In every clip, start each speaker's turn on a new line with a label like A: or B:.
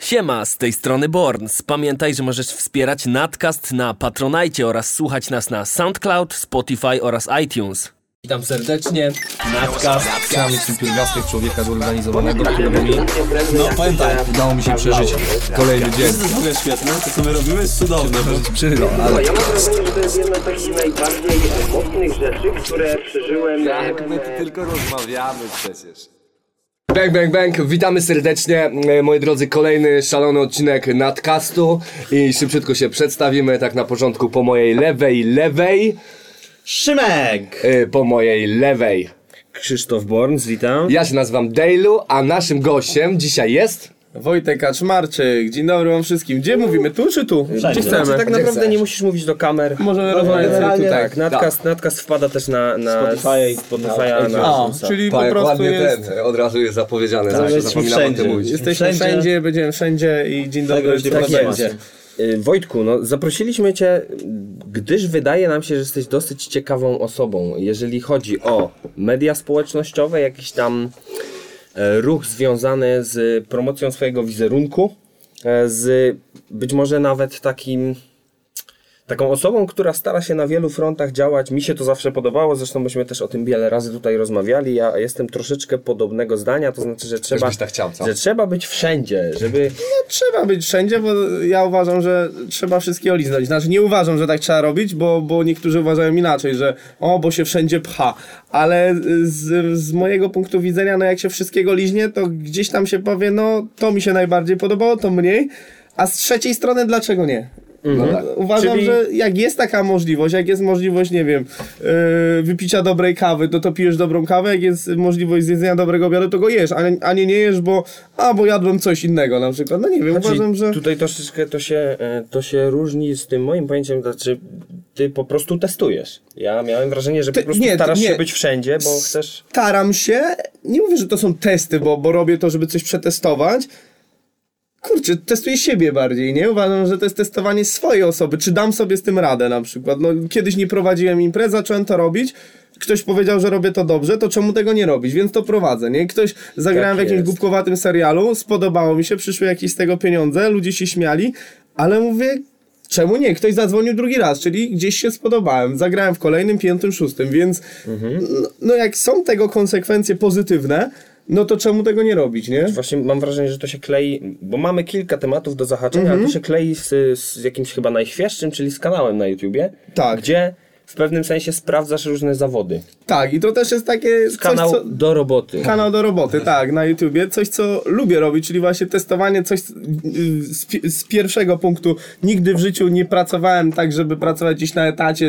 A: Siema, z tej strony Borns. Pamiętaj, że możesz wspierać Nadcast na Patronite oraz słuchać nas na SoundCloud, Spotify oraz iTunes. Witam serdecznie. Nadcast.
B: Sam pierwiastek człowieka zorganizowanego, który mówi: no pamiętaj, udało mi się przeżyć kolejny dzień.
C: To jest w ogóle świetne, to co my robimy jest cudowne.
B: Przeżył, ale...
D: Ja mam wrażenie, że to jest jedna z takich najbardziej mocnych rzeczy, które przeżyłem.
C: Tak, my tu tylko rozmawiamy przecież.
B: Bang, bang, bang, witamy serdecznie, moi drodzy, kolejny szalony odcinek Nadcastu i szybciutko się przedstawimy, tak na początku po mojej lewej,
E: Szymek!
B: po mojej lewej.
E: Krzysztof Borns, witam.
B: Ja się nazywam Dejlu, a naszym gościem dzisiaj jest...
C: Wojtek Kaczmarczyk, dzień dobry wam wszystkim. Gdzie mówimy, tu czy tu? Gdzie chcemy?
E: Znaczy, tak
B: Gdzie
E: naprawdę
B: chcesz?
E: nie musisz mówić do kamer.
C: Możemy rozmawiać
E: Generalnie
C: tutaj.
E: tak, Nadcast wpada też na Spotify'a, na
C: A,
E: iTunesa.
C: czyli po
B: Pa, jak
C: prostu
B: ładnie
C: jest...
B: od razu jest zapowiedziane, zawsze zapominam o tym mówić.
C: Jesteśmy wszędzie, będziemy wszędzie i dzień dobry.
E: Tak jest. Wojtku, no zaprosiliśmy Cię, gdyż wydaje nam się, że jesteś dosyć ciekawą osobą, jeżeli chodzi o media społecznościowe, jakiś tam ruch związany z promocją swojego wizerunku, z być może nawet taką osobą, która stara się na wielu frontach działać. Mi się to zawsze podobało, zresztą myśmy też o tym wiele razy tutaj rozmawiali. Ja jestem troszeczkę podobnego zdania, to znaczy, że trzeba być wszędzie, żeby...
C: No, trzeba być wszędzie, bo ja uważam, że trzeba wszystkiego liznąć. Znaczy nie uważam, że tak trzeba robić, bo niektórzy uważają inaczej, że bo się wszędzie pcha. Ale z mojego punktu widzenia, no jak się wszystkiego liźnie, to gdzieś tam się powie, no to mi się najbardziej podobało, to mniej. A z trzeciej strony, dlaczego nie? No, uważam, że jak jest taka możliwość, jak jest możliwość, nie wiem, wypicia dobrej kawy, to pijesz dobrą kawę, jak jest możliwość zjedzenia dobrego obiadu, to go jesz, a nie jesz, bo jadłem coś innego na przykład. No nie wiem, uważam, że...
E: Tutaj troszeczkę to się różni z tym moim pojęciem, znaczy ty po prostu testujesz. Ja miałem wrażenie, że po prostu starasz się być wszędzie, bo chcesz...
C: Staram się, nie mówię, że to są testy, bo robię to, żeby coś przetestować. Kurczę, testuję siebie bardziej, nie? Uważam, że to jest testowanie swojej osoby, czy dam sobie z tym radę na przykład. No, kiedyś nie prowadziłem imprez, zacząłem to robić, ktoś powiedział, że robię to dobrze, to czemu tego nie robić? Więc to prowadzę, nie? Ktoś zagrałem w jakimś głupkowatym serialu, spodobało mi się, przyszły jakieś z tego pieniądze, ludzie się śmiali, ale mówię, czemu nie? Ktoś zadzwonił drugi raz, czyli gdzieś się spodobałem, zagrałem w kolejnym, 5., 6., więc no jak są tego konsekwencje pozytywne, no to czemu tego nie robić, nie?
E: Właśnie mam wrażenie, że to się klei, bo mamy kilka tematów do zahaczenia, ale to się klei z jakimś chyba najświeższym, czyli z kanałem na YouTubie, gdzie w pewnym sensie sprawdzasz różne zawody.
C: Tak, i to też jest takie...
E: Kanał do roboty.
C: Kanał do roboty, tak, na YouTubie. Coś, co lubię robić, czyli właśnie testowanie, coś z pierwszego punktu. Nigdy w życiu nie pracowałem tak, żeby pracować gdzieś na etacie,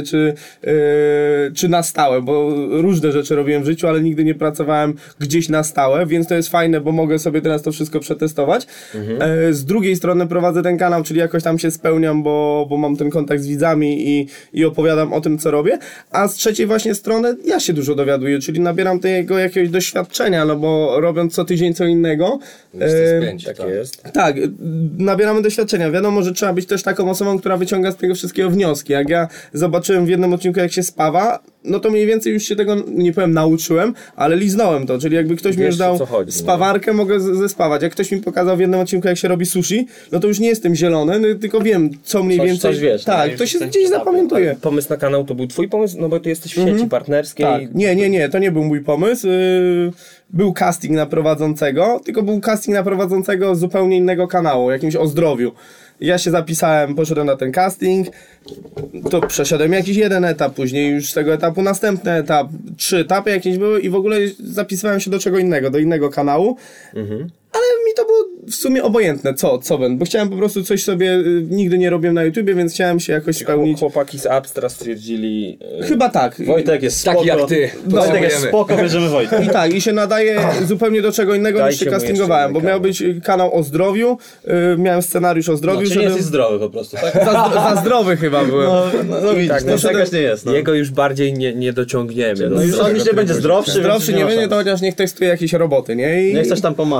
C: czy na stałe, bo różne rzeczy robiłem w życiu, ale nigdy nie pracowałem gdzieś na stałe, więc to jest fajne, bo mogę sobie teraz to wszystko przetestować. Z drugiej strony prowadzę ten kanał, czyli jakoś tam się spełniam, bo mam ten kontakt z widzami i opowiadam o tym, co robię, a z trzeciej właśnie strony ja się dużo dowiaduję, czyli nabieram tego jakiegoś doświadczenia, no bo robiąc co tydzień co innego.
E: Tak jest.
C: Tak, nabieramy doświadczenia. Wiadomo, że trzeba być też taką osobą, która wyciąga z tego wszystkiego wnioski. Jak ja zobaczyłem w jednym odcinku, jak się spawa, no to mniej więcej już się tego, nie powiem, nauczyłem, ale liznąłem to, czyli jakby ktoś mi już dał spawarkę, mogę zespawać. Jak ktoś mi pokazał w jednym odcinku, jak się robi sushi, no to już nie jestem zielony, no, tylko wiem, co mniej więcej...
E: Coś wiesz,
C: tak, to się gdzieś zapamiętuje.
E: Pomysł na kanał to był twój pomysł? No bo ty jesteś w sieci partnerskiej.
C: Tak. Nie, to nie był mój pomysł. Był casting na prowadzącego, tylko był casting na prowadzącego z zupełnie innego kanału, jakimś o zdrowiu. Ja się zapisałem, poszedłem na ten casting, to przeszedłem jakiś jeden etap, później już z tego etapu następny etap, 3 etapy jakieś były i w ogóle zapisywałem się do czego innego, do innego kanału. Ale mi to było w sumie obojętne, co będę, bo chciałem po prostu coś sobie, nigdy nie robiłem na YouTubie, więc chciałem się jakoś spełnić.
E: Chłopaki z Abstra stwierdzili...
C: Chyba tak.
E: Wojtek jest spoko.
B: Taki jak ty.
E: Wojtek jest spoko, bierzemy Wojtka.
C: I tak, i się nadaje zupełnie do czego innego niż się castingowałem, bo miał być kanał o zdrowiu, miałem scenariusz o zdrowiu.
F: Czy nie jesteś zdrowy po prostu, tak?
C: Za zdrowy chyba byłem.
F: No widzisz,
E: tak,
F: no czegoś nie jest. No.
E: Jego już bardziej nie dociągniemy.
F: No już on już nie będzie zdrowszy.
C: Zdrowszy nie będzie, to chociaż niech testuje jakieś roboty, nie?
F: Niech coś tam pomacha, tam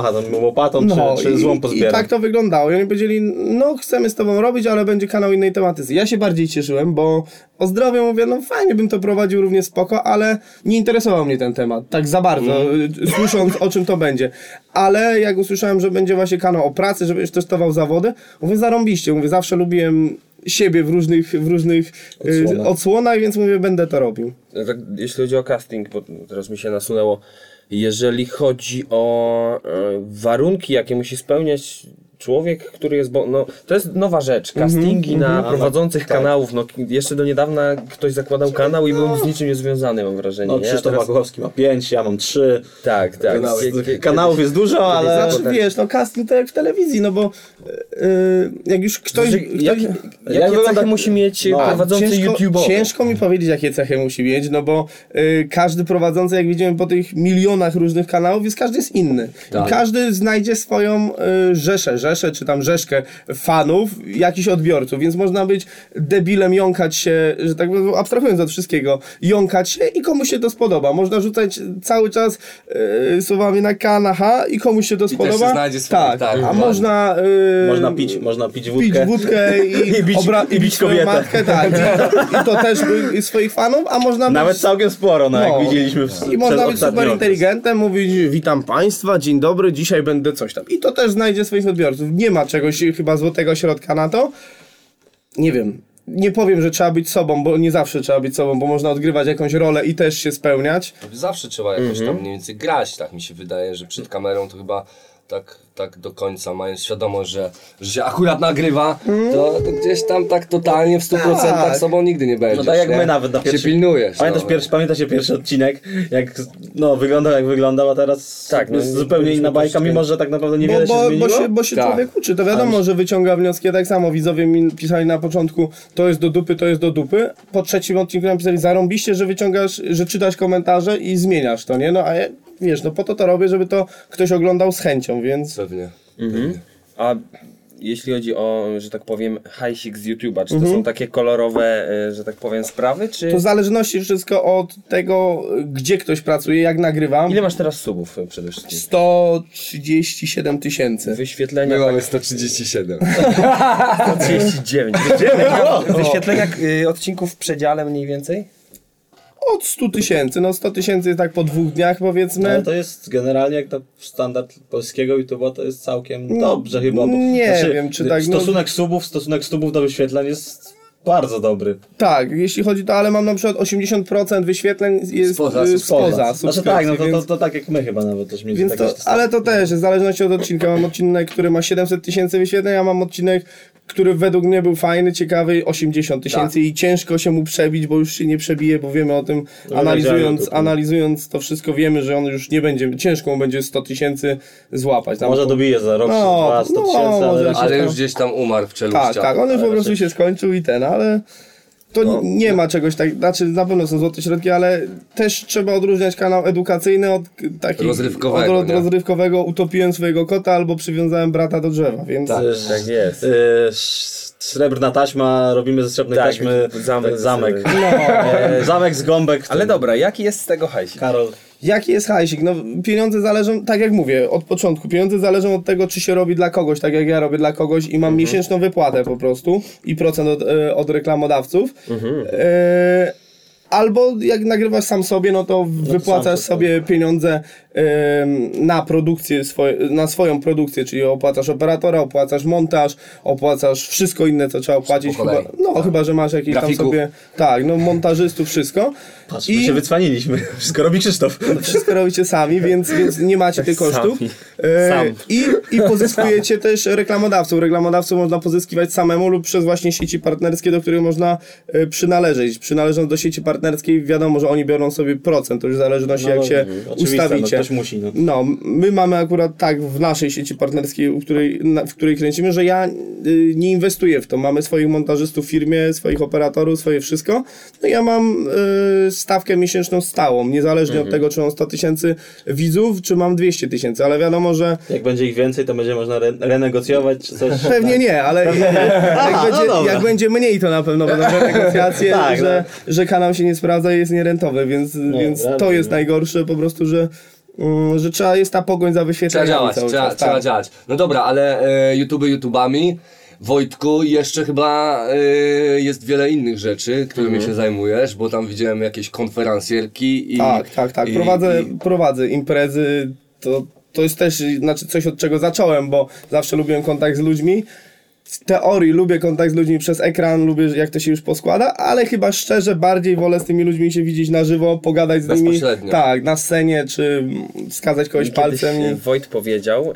F: łopatą, czy złą
C: i
F: pozbieram.
C: tak to wyglądało. I oni powiedzieli, no chcemy z tobą robić, ale będzie kanał innej tematyce. Ja się bardziej cieszyłem, bo o zdrowiu mówię, no fajnie bym to prowadził równie spoko, ale nie interesował mnie ten temat tak za bardzo, słysząc o czym to będzie. Ale jak usłyszałem, że będzie właśnie kanał o pracy, że będziesz testował zawody, mówię, zarąbiście, mówię, zawsze lubiłem siebie w różnych odsłonach, więc mówię, będę to robił.
E: Tak, jeśli chodzi o casting, bo teraz mi się nasunęło, jeżeli chodzi o warunki, jakie musi spełniać człowiek, który jest, no to jest nowa rzecz, castingi na prowadzących kanałów, no jeszcze do niedawna ktoś zakładał kanał i był z niczym niezwiązany, mam wrażenie.
F: No,
E: nie?
F: Krzysztof Makuchowski ma 5, ja mam 3.
E: Tak.
F: Kanałów jest dużo, ale...
C: Znaczy wiesz, no casting to jak w telewizji, no bo jak już ktoś...
E: Jakie cechy musi mieć prowadzący YouTube'owy?
C: Ciężko mi powiedzieć, jakie cechy musi mieć, no bo każdy prowadzący, jak widzimy po tych milionach różnych kanałów, każdy jest inny.
B: Tak.
C: I każdy znajdzie swoją rzeszę, czy tam rzeszkę fanów, jakichś odbiorców, więc można być debilem, jąkać się, że tak abstrahując od wszystkiego, jąkać się i komuś się to spodoba. Można rzucać cały czas słowami na K, na H i komuś się to spodoba.
B: też się znajdzie swoje, tak,
C: a można...
F: Można pić
C: pić wódkę
F: i bić kobietę.
C: matkę, tak. I to też swoich fanów, a można
F: Nawet
C: być...
F: całkiem sporo, jak widzieliśmy
C: I można być super inteligentem, mówić witam państwa, dzień dobry, dzisiaj będę coś tam. I to też znajdzie swoich odbiorców. Nie ma czegoś chyba złotego środka na to. Nie wiem. Nie powiem, że trzeba być sobą, bo nie zawsze trzeba być sobą, bo można odgrywać jakąś rolę i też się spełniać.
B: Zawsze trzeba jakoś tam mniej więcej grać, tak mi się wydaje, że przed kamerą to chyba tak do końca, mając świadomość, że się akurat nagrywa, to gdzieś tam tak totalnie w 100% sobą nigdy nie będziesz.
F: No tak jak
B: nie?
F: my nawet na pierwszy...
B: się pilnujesz.
F: Pamiętacie pierwszy odcinek, jak wyglądał jak wyglądał, a teraz jest zupełnie inna bajka, mimo że tak naprawdę niewiele się zmieniło.
C: Bo się
B: Tak.
C: człowiek uczy, to wiadomo, że wyciąga wnioski, tak samo widzowie mi pisali na początku, to jest do dupy, po trzecim odcinku napisali, zarąbiście, że wyciągasz, że czytasz komentarze i zmieniasz to, nie? No a ja, wiesz, no po to robię, żeby to ktoś oglądał z chęcią, więc...
B: Pewnie.
E: A jeśli chodzi o, że tak powiem, hajsik z YouTube'a, czy to są takie kolorowe, że tak powiem, sprawy, czy...
C: To w zależności wszystko od tego, gdzie ktoś pracuje, jak nagrywam.
E: Ile masz teraz subów przede wszystkim?
C: 137 000.
E: Wyświetlenia...
B: My mamy 137.
E: 139. Wyświetlenia odcinków w przedziale mniej więcej?
C: Od 100 000, no 100 000 tak po 2 dniach powiedzmy.
F: Ale to jest generalnie jak na standard polskiego YouTube'a to jest całkiem dobrze chyba. Bo,
C: nie wiem, czy tak,
F: Stosunek subów do wyświetleń jest bardzo dobry.
C: Tak, jeśli chodzi to, ale mam na przykład 80% wyświetleń jest spoza
F: Znaczy
C: subskrypcji,
F: tak, no
C: więc...
F: to tak jak my chyba nawet też mieliśmy
C: Więc to, ale to też, w zależności od odcinka. Mam odcinek, który ma 700 000 wyświetleń, a mam odcinek, który według mnie był fajny, ciekawy, 80 000 i ciężko się mu przebić, bo już się nie przebije, bo wiemy o tym, analizując to wszystko, wiemy, że on już nie będzie, ciężko mu będzie 100 000 złapać. Tam
F: może dobije za rok, 2, 100 000,
B: ale już gdzieś tam umarł w czeluściach.
C: Tak, on już po prostu się skończył i ale... To nie ma czegoś tak, znaczy na pewno są złote środki, ale też trzeba odróżniać kanał edukacyjny od takiego rozrywkowego. Utopiłem swojego kota albo przywiązałem brata do drzewa, więc...
E: Tak jest.
F: Srebrna taśma, robimy ze srebrnej taśmy zamek. Zamek z gąbek.
E: Ale dobra, jaki jest z tego hajsik?
F: Karol.
C: Jaki jest hajsik? No pieniądze zależą, tak jak mówię, od początku, pieniądze zależą od tego, czy się robi dla kogoś, tak jak ja robię dla kogoś i mam miesięczną wypłatę po prostu i procent od reklamodawców. Albo jak nagrywasz sam sobie, no to wypłacasz sobie pieniądze na produkcję, na swoją produkcję, czyli opłacasz operatora, opłacasz montaż, opłacasz wszystko inne, co trzeba opłacić. Chyba, że masz jakieś tam sobie... Tak, no montażystów, wszystko.
F: Patrz, my się wycwaniliśmy. Wszystko robi Krzysztof.
C: Wszystko robicie sami, więc nie macie tych kosztów. I pozyskujecie też reklamodawców. Reklamodawców można pozyskiwać samemu lub przez właśnie sieci partnerskie, do których można przynależeć. Przynależąc do sieci partnerskiej, wiadomo, że oni biorą sobie procent, to już w zależności jak się ustawicie.
F: Ktoś musi,
C: my mamy akurat tak w naszej sieci partnerskiej, w której kręcimy, że ja nie inwestuję w to. Mamy swoich montażystów w firmie, swoich operatorów, swoje wszystko. No ja mam stawkę miesięczną stałą, niezależnie od tego, czy mam 100 000 widzów, czy mam 200 000, ale wiadomo, że...
F: Jak będzie ich więcej, to będzie można renegocjować, czy coś?
C: Pewnie nie, ale jak będzie mniej, to na pewno będą renegocjacje, że kanał się nie sprawdza i jest nierentowy, więc to jest najgorsze po prostu, że że jest ta pogoń za wyświetleniami cały czas.
B: Trzeba działać. No dobra, ale YouTube'ami, Wojtku, jeszcze chyba jest wiele innych rzeczy, którymi się zajmujesz, bo tam widziałem jakieś konferencjerki i...
C: Tak. Prowadzę imprezy, to jest też coś, od czego zacząłem, bo zawsze lubiłem kontakt z ludźmi. W teorii lubię kontakt z ludźmi przez ekran, lubię jak to się już poskłada, ale chyba szczerze bardziej wolę z tymi ludźmi się widzieć na żywo, pogadać z nimi. Tak, na scenie, czy wskazać kogoś palcem.
E: Wojt powiedział,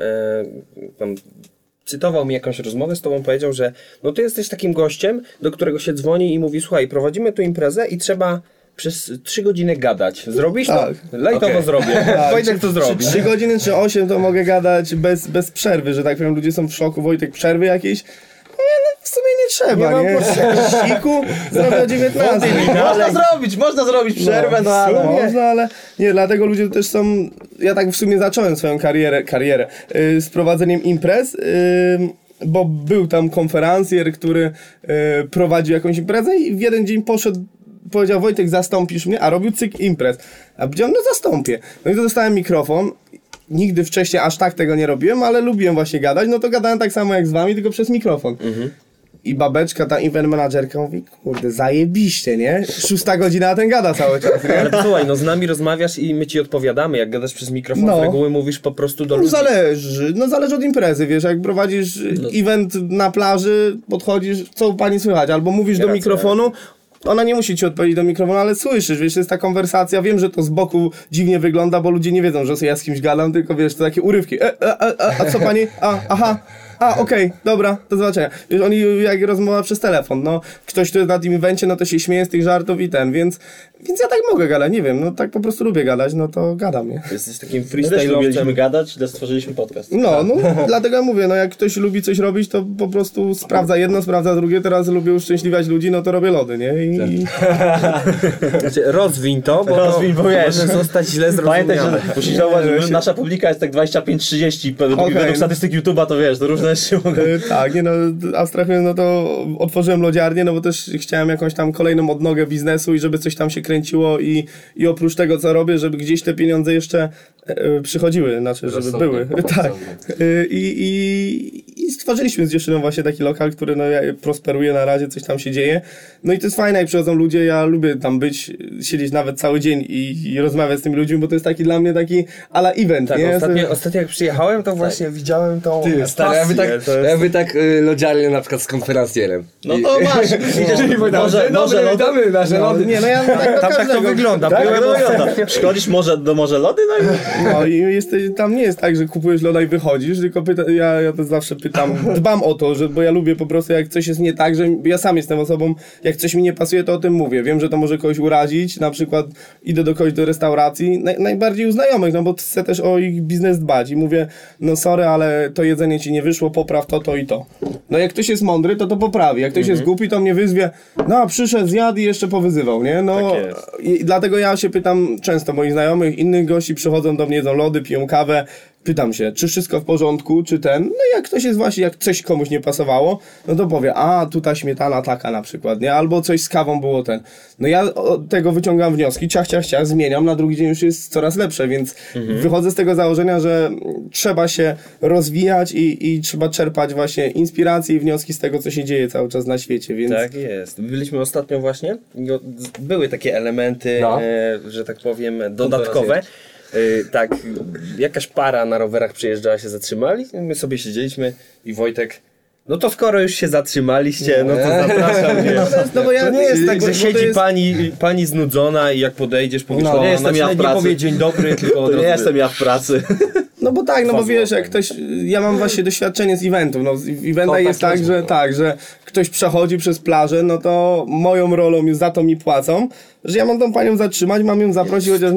E: cytował mi jakąś rozmowę z tobą, powiedział, że no ty jesteś takim gościem, do którego się dzwoni i mówi, słuchaj, prowadzimy tu imprezę i trzeba przez 3 godziny gadać. Zrobisz to? Lajtowo zrobię. Wojtek to zrobi.
C: 3 godziny czy 8 to mogę gadać bez przerwy, że tak powiem, ludzie są w szoku, Wojtek, przerwy jakieś? W sumie nie trzeba, nie? Siku, zrobię o 19.
F: Można zrobić przerwę, no ale...
C: Można, ale nie, dlatego ludzie też są... Ja tak w sumie zacząłem swoją karierę z prowadzeniem imprez, bo był tam konferencjer, który prowadził jakąś imprezę i w jeden dzień powiedział, Wojtek, zastąpisz mnie, a robił cykl imprez. A powiedział, no zastąpię. No i to dostałem mikrofon. Nigdy wcześniej aż tak tego nie robiłem, ale lubiłem właśnie gadać, no to gadałem tak samo jak z wami, tylko przez mikrofon. I babeczka, ta event managerka mówi, kurde, zajebiście, nie? 6 godzina, a ten gada cały czas, nie?
E: Ale słuchaj, no z nami rozmawiasz i my ci odpowiadamy, jak gadasz przez mikrofon, z reguły mówisz po prostu do ludzi.
C: Zależy od imprezy, wiesz, jak prowadzisz event na plaży, podchodzisz, co u pani słychać, albo mówisz do mikrofonu, ona nie musi ci odpowiedzieć do mikrofonu, ale słyszysz, wiesz, jest ta konwersacja, wiem, że to z boku dziwnie wygląda, bo ludzie nie wiedzą, że ja z kimś gadam, tylko wiesz, to takie urywki, a co pani, okej, dobra, do zobaczenia. Wiesz, oni jak rozmowa przez telefon, no, ktoś, kto jest na tym evencie, no to się śmieje z tych żartów i więc ja tak mogę gadać, nie wiem, no tak po prostu lubię gadać, no to gadam, nie?
E: Jesteś takim
F: freestyle'owcem. Lubiliśmy gadać, ale stworzyliśmy podcast.
C: No, dlatego ja mówię, no jak ktoś lubi coś robić, to po prostu sprawdza jedno, sprawdza drugie, teraz lubię uszczęśliwiać ludzi, no to robię lody, nie?
E: Znaczy, rozwiń to, bo może zostać źle zrozumiane.
F: Pamiętaj, że musisz zauważyć, że nasza publika jest tak 25-30, według statystyk YouTube'a to wiesz, to różne się mogą...
C: Tak, nie no, abstrahując, no to otworzyłem lodziarnię, no bo też chciałem jakąś tam kolejną odnogę biznesu i żeby coś tam się kręciło i oprócz tego, co robię, żeby gdzieś te pieniądze jeszcze przychodziły, znaczy, żeby były. Tak. I stworzyliśmy z dziewczyną właśnie taki lokal, który no, prosperuje na razie, coś tam się dzieje. No i to jest fajne, jak przychodzą ludzie, ja lubię tam być, siedzieć nawet cały dzień i rozmawiać z tymi ludźmi, bo to jest taki dla mnie taki a la event,
E: tak,
C: nie?
E: Ostatnio jak przyjechałem, to właśnie widziałem tą
B: Ja by tak lodziarnię na przykład z konferencjerem.
F: No to masz, może
B: witamy nasze lody.
C: Nie, no ja
E: tak to wygląda.
F: Szkolisz może lody?
C: No i tam nie jest tak, że kupujesz loda i wychodzisz, tylko ja to zawsze pytam, dbam o to, bo ja lubię po prostu, jak coś jest nie tak, że ja sam jestem osobą, jak coś mi nie pasuje, to o tym mówię. Wiem, że to może kogoś urazić, na przykład idę do kogoś do restauracji, najbardziej u znajomych, no bo chcę też o ich biznes dbać i mówię, no sorry, ale to jedzenie ci nie wyszło, popraw to i to. No jak ktoś jest mądry, to poprawi, jak ktoś jest głupi, to mnie wyzwie, no przyszedł, zjadł i jeszcze powyzywał, nie? No i dlatego ja się pytam często moich znajomych, innych gości przychodzą do mnie, jedzą lody, piją kawę, pytam się, czy wszystko w porządku, czy ten, no jak ktoś jest właśnie, jak coś komuś nie pasowało, no to powie, a tu ta śmietana taka na przykład, nie, albo coś z kawą było ten. No ja od tego wyciągam wnioski, ciach, zmieniam, na drugi dzień już jest coraz lepsze, więc wychodzę z tego założenia, że trzeba się rozwijać i trzeba czerpać właśnie inspiracje i wnioski z tego, co się dzieje cały czas na świecie, więc...
E: Tak jest. Byliśmy ostatnio właśnie, były takie elementy, że tak powiem, dodatkowe. Tak, jakaś para na rowerach przyjeżdżała, się zatrzymali, my sobie siedzieliśmy i Wojtek, no to skoro już się zatrzymaliście, no to zapraszam,
C: no bo ja,
E: to nie jest tak, że siedzi pani znudzona i jak podejdziesz, powiesz,
F: no, nie jestem ja w pracy.
E: Nie powie dzień dobry, tylko
F: to nie jestem ja w pracy.
C: No bo tak, no bo wiesz, jak ktoś, ja mam właśnie doświadczenie z eventów, no w eventach jest tak, że ktoś przechodzi przez plażę, no to moją rolą jest, za to mi płacą, że ja mam tą panią zatrzymać, mam ją zaprosić chociaż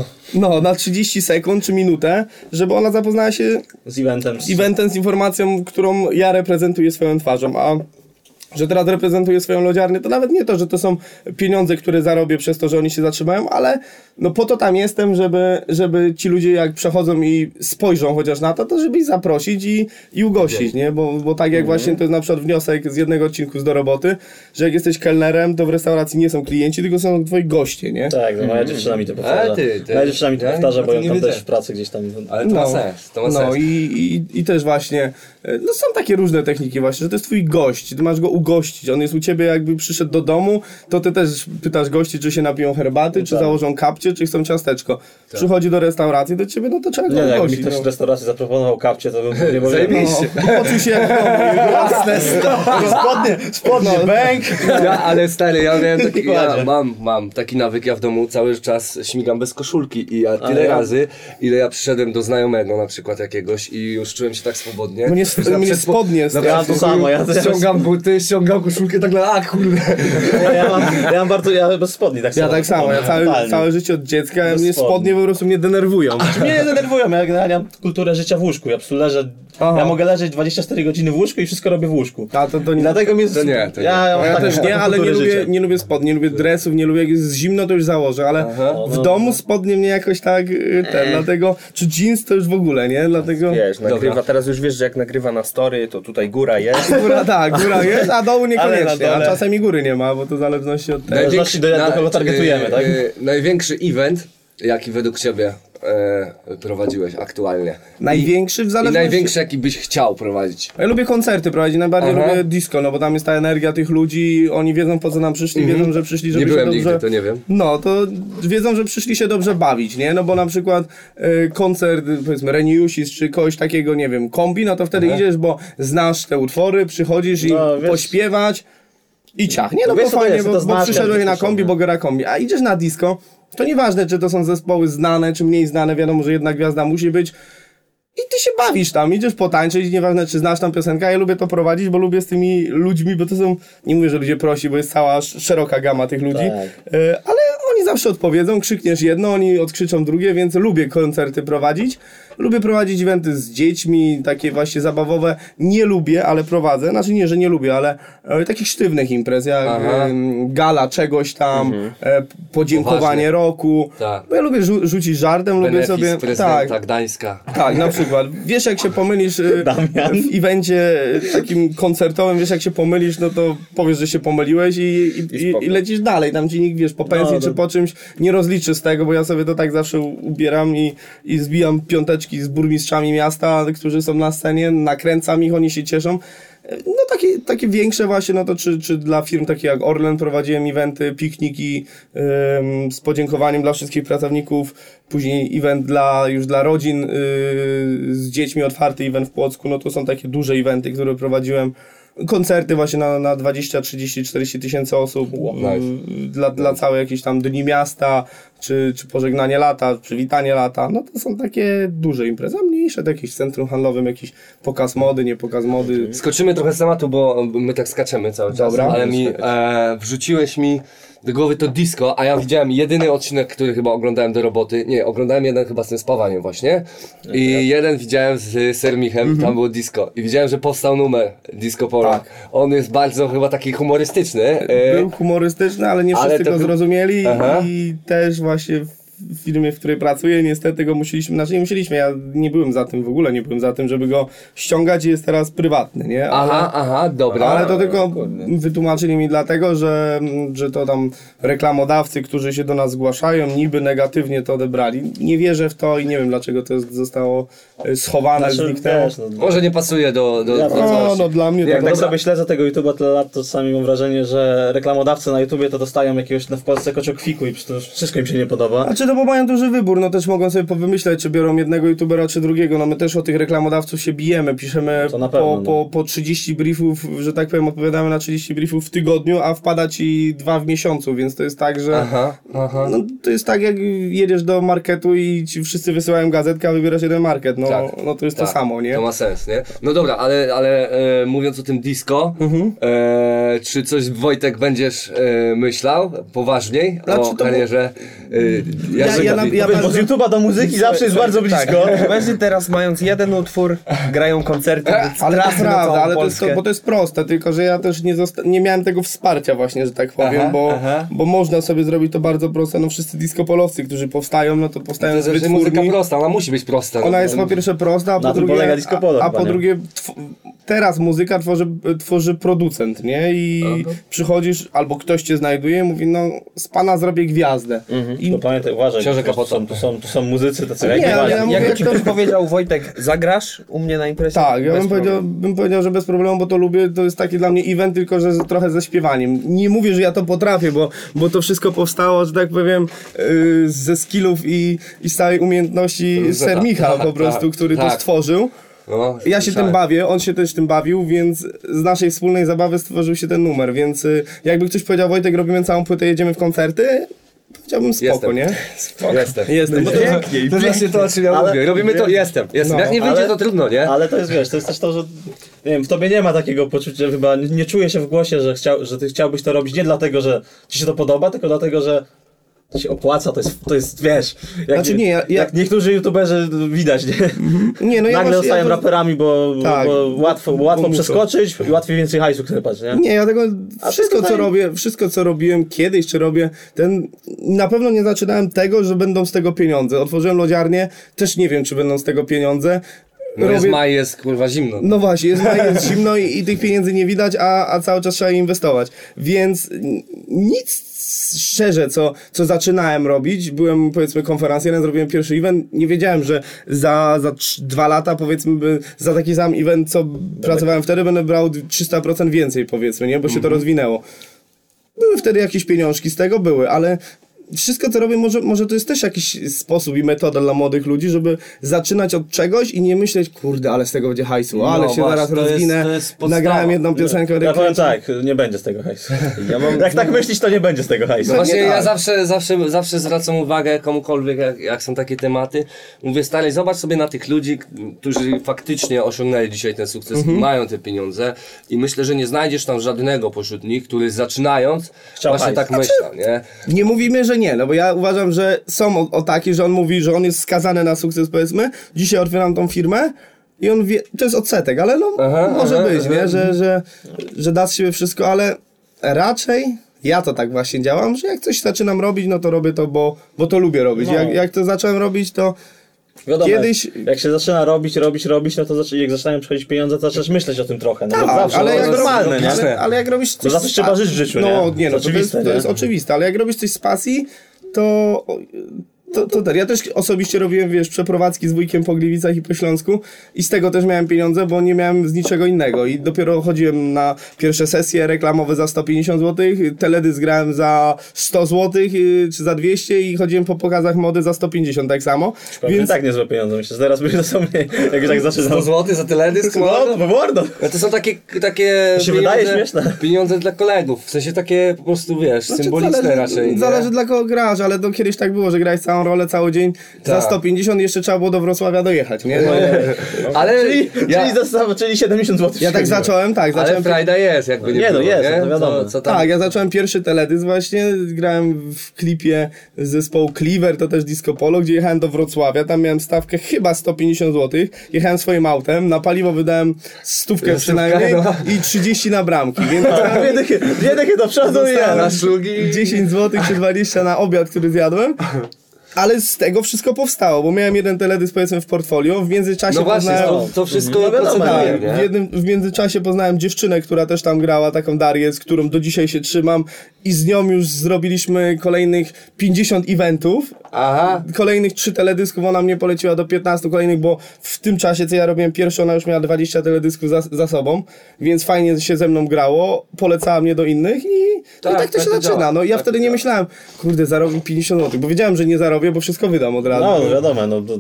C: na 30 sekund czy minutę, żeby ona zapoznała się z eventem, z informacją, którą ja reprezentuję swoją twarzą, że teraz reprezentuję swoją lodziarnię, to nawet nie to, że to są pieniądze, które zarobię przez to, że oni się zatrzymają, ale no po to tam jestem, żeby ci ludzie jak przechodzą i spojrzą chociaż na to żeby ich zaprosić i ugościć, nie? Bo tak jak właśnie to jest na przykład wniosek z jednego odcinku z Do Roboty, że jak jesteś kelnerem, to w restauracji nie są klienci, tylko są twoi goście, nie?
F: Tak, no moja dziewczyna mi to powtarza. Moja dziewczyna mi to powtarza, bo ją tam też w pracy gdzieś tam...
B: Ale to ma sens, to ma sens.
C: No i też właśnie, no są takie różne techniki właśnie, że to jest twój gość, ty masz go ugościć, on jest u ciebie jakby przyszedł do domu, to ty też pytasz gości, czy się napiją herbaty, czy założą kapcie, czy chcą ciasteczko. Przychodzi do restauracji do ciebie, no to trzeba go
F: Nie,
C: ugościć.
F: jak mi ktoś w restauracji zaproponował kapcie, to bym nie powiedział.
B: Zajebiście.
C: Poczuł się jak
F: Jasne, spodnie, bęk.
B: Ale stary, ja miałem taki, mam taki nawyk, ja w domu cały czas śmigam bez koszulki i ja tyle razy, ile ja przyszedłem do znajomego na przykład jakiegoś i już czułem się tak swobodnie.
C: Mnie spodnie
F: Ja to samo,
B: ściągam buty, ściągam koszulkę, tak na kurde.
F: Ja bez spodni tak samo.
C: Ja tak samo, całe życie od dziecka, mnie spodnie po prostu mnie denerwują.
F: Mnie nie denerwują, ja generalnie mam kulturę życia w łóżku, ja leżę, ja mogę leżeć 24 godziny w łóżku i wszystko robię w łóżku.
C: To nie.
F: Dlatego mnie...
B: To nie.
C: Ja też nie, ale nie lubię spodni, nie lubię dresów, nie lubię jak jest zimno, to już założę, ale w domu spodnie mnie jakoś tak dlatego, czy jeans to już w ogóle, nie? Dlatego...
E: Wiesz, nagrywa, teraz już wiesz, że jak nagrywa na story, to tutaj góra jest.
C: Góra jest, a dołu niekoniecznie,
F: ale
C: a czasem i góry nie ma, bo to w zależności od tego.
F: Zależności do kogo targetujemy, tak?
B: Największy event, jaki według ciebie prowadziłeś aktualnie?
C: Największy w
B: I
C: zależności...
B: największy, jaki byś chciał prowadzić?
C: Ja lubię koncerty prowadzić, najbardziej lubię disco, no bo tam jest ta energia tych ludzi, oni wiedzą po co nam przyszli, wiedzą, że przyszli, żeby
B: Nie byłem
C: się dobrze...
B: nigdy, to nie wiem.
C: No, to wiedzą, że przyszli się dobrze bawić, nie? No bo na przykład koncert, powiedzmy Reniusis czy kogoś takiego, nie wiem, kombi, no to wtedy idziesz, bo znasz te utwory, przychodzisz i pośpiewać i ciach. Nie, no bo fajnie, bo przyszedłeś na kombi, bo gra kombi, a idziesz na disco, to nieważne, czy to są zespoły znane, czy mniej znane, wiadomo, że jedna gwiazda musi być. I ty się bawisz tam, idziesz potańczyć, nieważne, czy znasz tam piosenkę, ja lubię to prowadzić, bo lubię z tymi ludźmi, bo to są, nie mówię, że ludzie prosi, bo jest cała szeroka gama tych ludzi, ale oni zawsze odpowiedzą, krzykniesz jedno, oni odkrzyczą drugie, więc lubię koncerty prowadzić. Lubię prowadzić eventy z dziećmi, takie właśnie zabawowe. Nie lubię, ale prowadzę. Znaczy nie, że nie lubię, ale takich sztywnych imprez, jak gala czegoś tam, podziękowanie roku.
B: Tak.
C: Bo ja lubię rzucić żartem, lubię sobie...
B: prezydenta Gdańska.
C: Tak, na przykład. Wiesz, jak się pomylisz w evencie takim koncertowym, wiesz, jak się pomylisz, no to powiesz, że się pomyliłeś i lecisz dalej. Tam ci nikt, wiesz, po pensji czy po czymś nie rozliczy z tego, bo ja sobie to tak zawsze ubieram i zbijam piąteczki z burmistrzami miasta, którzy są na scenie, nakręcam ich, oni się cieszą. No takie większe właśnie, no to czy dla firm takich jak Orlen prowadziłem eventy, pikniki z podziękowaniem dla wszystkich pracowników, później event już dla rodzin z dziećmi, otwarty event w Płocku, no to są takie duże eventy, które prowadziłem. Koncerty właśnie na 20, 30, 40 tysięcy osób dla całej jakiejś tam Dni Miasta, czy pożegnanie lata, przywitanie lata, no to są takie duże imprezy, a mniejsze, jakieś w centrum handlowym, jakiś pokaz mody, nie pokaz mody.
B: Skoczymy trochę z tematu, bo my tak skaczemy cały czas,
C: dobra,
B: ale wrzuciłeś mi do głowy to disco, a ja widziałem jedyny odcinek, który chyba oglądałem Do Roboty. Nie, oglądałem jeden chyba z tym spawaniem właśnie. I jeden widziałem z Sermichem, tam było disco. I widziałem, że powstał numer Disco Polo. Tak. On jest bardzo chyba taki humorystyczny.
C: Był humorystyczny, ale nie wszyscy go zrozumieli i też właśnie w firmie, w której pracuję, niestety go ja nie byłem za tym, w ogóle nie byłem za tym, żeby go ściągać i jest teraz prywatny, nie?
B: Dobra.
C: Ale to tylko wytłumaczyli mi dlatego, że to tam reklamodawcy, którzy się do nas zgłaszają, niby negatywnie to odebrali. Nie wierzę w to i nie wiem, dlaczego to zostało schowane, zniknęło.
B: Może nie pasuje do
C: no dla mnie
F: jak tak sobie śledzę tego YouTube'a tyle lat, to czasami mam wrażenie, że reklamodawcy na YouTubie to dostają jakiegoś w Polsce koczokwiku i to wszystko im się nie podoba.
C: No bo mają duży wybór, no też mogą sobie powymyśleć, czy biorą jednego youtubera, czy drugiego, no my też o tych reklamodawców się bijemy, piszemy po 30 briefów, że tak powiem, odpowiadamy na 30 briefów w tygodniu, a wpada ci 2 w miesiącu, więc to jest tak, że no to jest tak, jak jedziesz do marketu i ci wszyscy wysyłają gazetkę, a wybierasz jeden market, no to jest to samo, nie?
B: To ma sens, nie? No dobra, ale mówiąc o tym disco, czy coś Wojtek będziesz myślał poważniej o karierze?
F: Bo z YouTube'a do muzyki zawsze jest bardzo blisko.
E: Obecnie teraz mając jeden utwór, grają koncerty.
C: Ale to prawda, ale to jest proste, tylko że ja też nie miałem tego wsparcia właśnie, że tak powiem, bo można sobie zrobić to bardzo proste. No wszyscy disco-polowcy, którzy powstają, no to powstają z wytwórni.
B: Muzyka prosta, ona musi być prosta.
C: Ona jest po pierwsze prosta, a po drugie teraz muzyka tworzy producent, nie? I przychodzisz, albo ktoś cię znajduje, mówi, no z pana zrobię gwiazdę.
F: No pamiętaj, uważaj, tu są muzycy tacy
E: jak ci ktoś powiedział, Wojtek, zagrasz u mnie na imprezie?
C: Tak, ja bym powiedział, że bez problemu, bo to lubię, to jest taki dla mnie event, tylko że trochę ze śpiewaniem. Nie mówię, że ja to potrafię, bo to wszystko powstało, że tak powiem, ze skillów i z całej umiejętności Sir Michał po prostu, który to stworzył. No, ja się tym bawię, on się też tym bawił, więc z naszej wspólnej zabawy stworzył się ten numer, więc jakby ktoś powiedział, Wojtek, robimy całą płytę, jedziemy w koncerty, powiedziałbym spoko, nie?
B: Spoko.
C: Jestem.
B: To właśnie to, o czym ja mówię. Robimy to, jestem. No, jak nie wyjdzie, to trudno, nie?
F: Ale to jest, wiesz, to jest też to, że nie wiem, w tobie nie ma takiego poczucia, chyba nie czuję się w głosie, że ty chciałbyś to robić nie dlatego, że ci się to podoba, tylko dlatego, że to się opłaca, to jest wiesz, jak niektórzy youtuberzy widać, nie? Nie, no nagle zostają raperami, bo łatwo przeskoczyć i łatwiej więcej hajsu klepać, nie?
C: Nie, ja tego wszystko co robiłem kiedyś, czy robię, na pewno nie zaczynałem tego, że będą z tego pieniądze. Otworzyłem lodziarnię, też nie wiem, czy będą z tego pieniądze.
B: No jest maj, jest kurwa zimno.
C: No właśnie, jest maj, jest zimno i tych pieniędzy nie widać, a cały czas trzeba je inwestować. Więc nic szczerze, co zaczynałem robić, byłem powiedzmy konferencjerem, zrobiłem pierwszy event, nie wiedziałem, że za 2 lata powiedzmy za taki sam event, co pracowałem wtedy, będę brał 300% więcej powiedzmy, nie? Bo się to rozwinęło. Były wtedy jakieś pieniążki z tego, ale wszystko co robię, może to jest też jakiś sposób i metoda dla młodych ludzi, żeby zaczynać od czegoś i nie myśleć, kurde, ale z tego będzie hajsu, ale się zaraz rozwinę, nagrałem jedną piosenkę.
F: Ja powiem tak, nie będzie z tego hajsu. Jak tak myślisz, to nie będzie z tego hajsu.
B: No właśnie ja zawsze zwracam uwagę komukolwiek, jak są takie tematy. Mówię, stary, zobacz sobie na tych ludzi, którzy faktycznie osiągnęli dzisiaj ten sukces i mają te pieniądze i myślę, że nie znajdziesz tam żadnego pośród nich, który zaczynając właśnie tak myślał, nie?
C: Nie mówimy, że nie, no bo ja uważam, że są o taki, że on mówi, że on jest skazany na sukces, powiedzmy, dzisiaj otwieram tą firmę i on wie, to jest odsetek, ale no może być, nie, że da z siebie wszystko, ale raczej ja to tak właśnie działam, że jak coś zaczynam robić, no to robię to, bo to lubię robić. Jak to zacząłem robić, to
F: wiadomo, kiedyś... jak się zaczyna robić, no to jak zaczynają przychodzić pieniądze, to zaczynasz myśleć o tym trochę. No zawsze,
C: ale
F: to jest normalne, nie?
C: Ale jak robisz coś...
F: To zawsze trzeba żyć w życiu, nie?
C: To jest oczywiste, ale jak robisz coś z pasji, to ja też osobiście robiłem, wiesz, przeprowadzki z wujkiem po Gliwicach i po Śląsku i z tego też miałem pieniądze, bo nie miałem z niczego innego i dopiero chodziłem na pierwsze sesje reklamowe za 150 zł, teledysk grałem za 100 zł czy za 200 i chodziłem po pokazach mody za 150 tak samo.
F: Więc tak niezłe pieniądze, myślę, że teraz by to są jak tak zaczynam.
B: 100 zł za teledysk?
F: No
B: to są takie
F: się wydaje śmieszne.
B: Pieniądze dla kolegów, w sensie takie po prostu, wiesz, symboliczne raczej.
C: Zależy dla kogo grasz, ale to kiedyś tak było, że grałeś całą rolę cały dzień za 150 jeszcze trzeba było do Wrocławia dojechać, nie?
B: Ale
F: czyli 70 zł.
C: Ja tak zacząłem.
B: Ale frajda jest, jakby nie było,
F: jest,
B: nie?
F: To wiadomo.
C: Tak, ja zacząłem pierwszy teledysk właśnie, grałem w klipie zespołu Cleaver, to też Disco Polo, gdzie jechałem do Wrocławia, tam miałem stawkę chyba 150 zł, jechałem swoim autem, na paliwo wydałem 100 przynajmniej i 30 na bramki, więc
F: dwie dychy do przodu i
B: na szlugi
C: 10 zł czy 20 na obiad, który zjadłem. Ale z tego wszystko powstało, bo miałem jeden teledysk powiedzmy w portfolio, w międzyczasie poznałem...
B: to wszystko
C: w międzyczasie poznałem dziewczynę, która też tam grała, taką Darię, z którą do dzisiaj się trzymam i z nią już zrobiliśmy kolejnych 50 eventów, kolejnych 3 teledysków, ona mnie poleciła do 15 kolejnych, bo w tym czasie, co ja robiłem pierwszy, ona już miała 20 teledysków za sobą, więc fajnie się ze mną grało, polecała mnie do innych i tak to się zaczyna. No ja wtedy nie myślałem, kurde, zarobię 50 zł, bo wiedziałem, że nie zarobię, bo wszystko wydam od razu.
F: No wiadomo,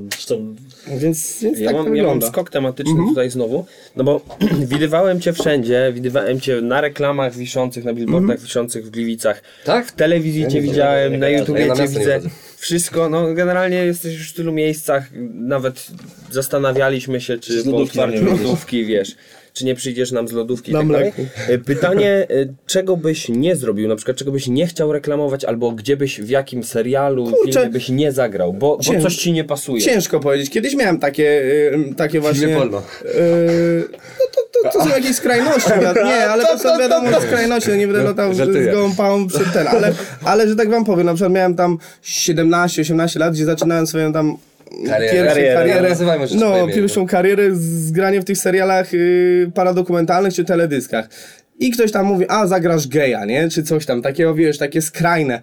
C: Więc
E: ja
C: tak
E: mam,
C: wygląda.
E: skok tematyczny tutaj znowu, no bo widywałem cię wszędzie, widywałem cię na reklamach wiszących, na billboardach wiszących w Gliwicach,
B: tak?
E: W telewizji cię widziałem, na YouTubie cię widzę, wszystko, no generalnie jesteś już w tylu miejscach, nawet zastanawialiśmy się, czy po otwarciu lodówki, wiesz, czy nie przyjdziesz nam z lodówki i
C: Na
E: tak dalej.
C: mleku.
E: Pytanie, czego byś nie zrobił, na przykład czego byś nie chciał reklamować, albo gdzie byś, w jakim serialu, filmie byś nie zagrał, bo coś ci nie pasuje.
C: Ciężko powiedzieć. Kiedyś miałem takie właśnie...
B: polno.
C: To są jakieś skrajności. Nie, ale to są wiadomo skrajności. No nie będę latał z gołą pałą przed ten. Ale że tak wam powiem, na przykład miałem tam 17-18 lat, gdzie zaczynałem swoją tam pierwszą karierę z grania w tych serialach paradokumentalnych czy teledyskach. I ktoś tam mówi, zagrasz geja, nie? Czy coś tam, takiego, wiesz, takie skrajne.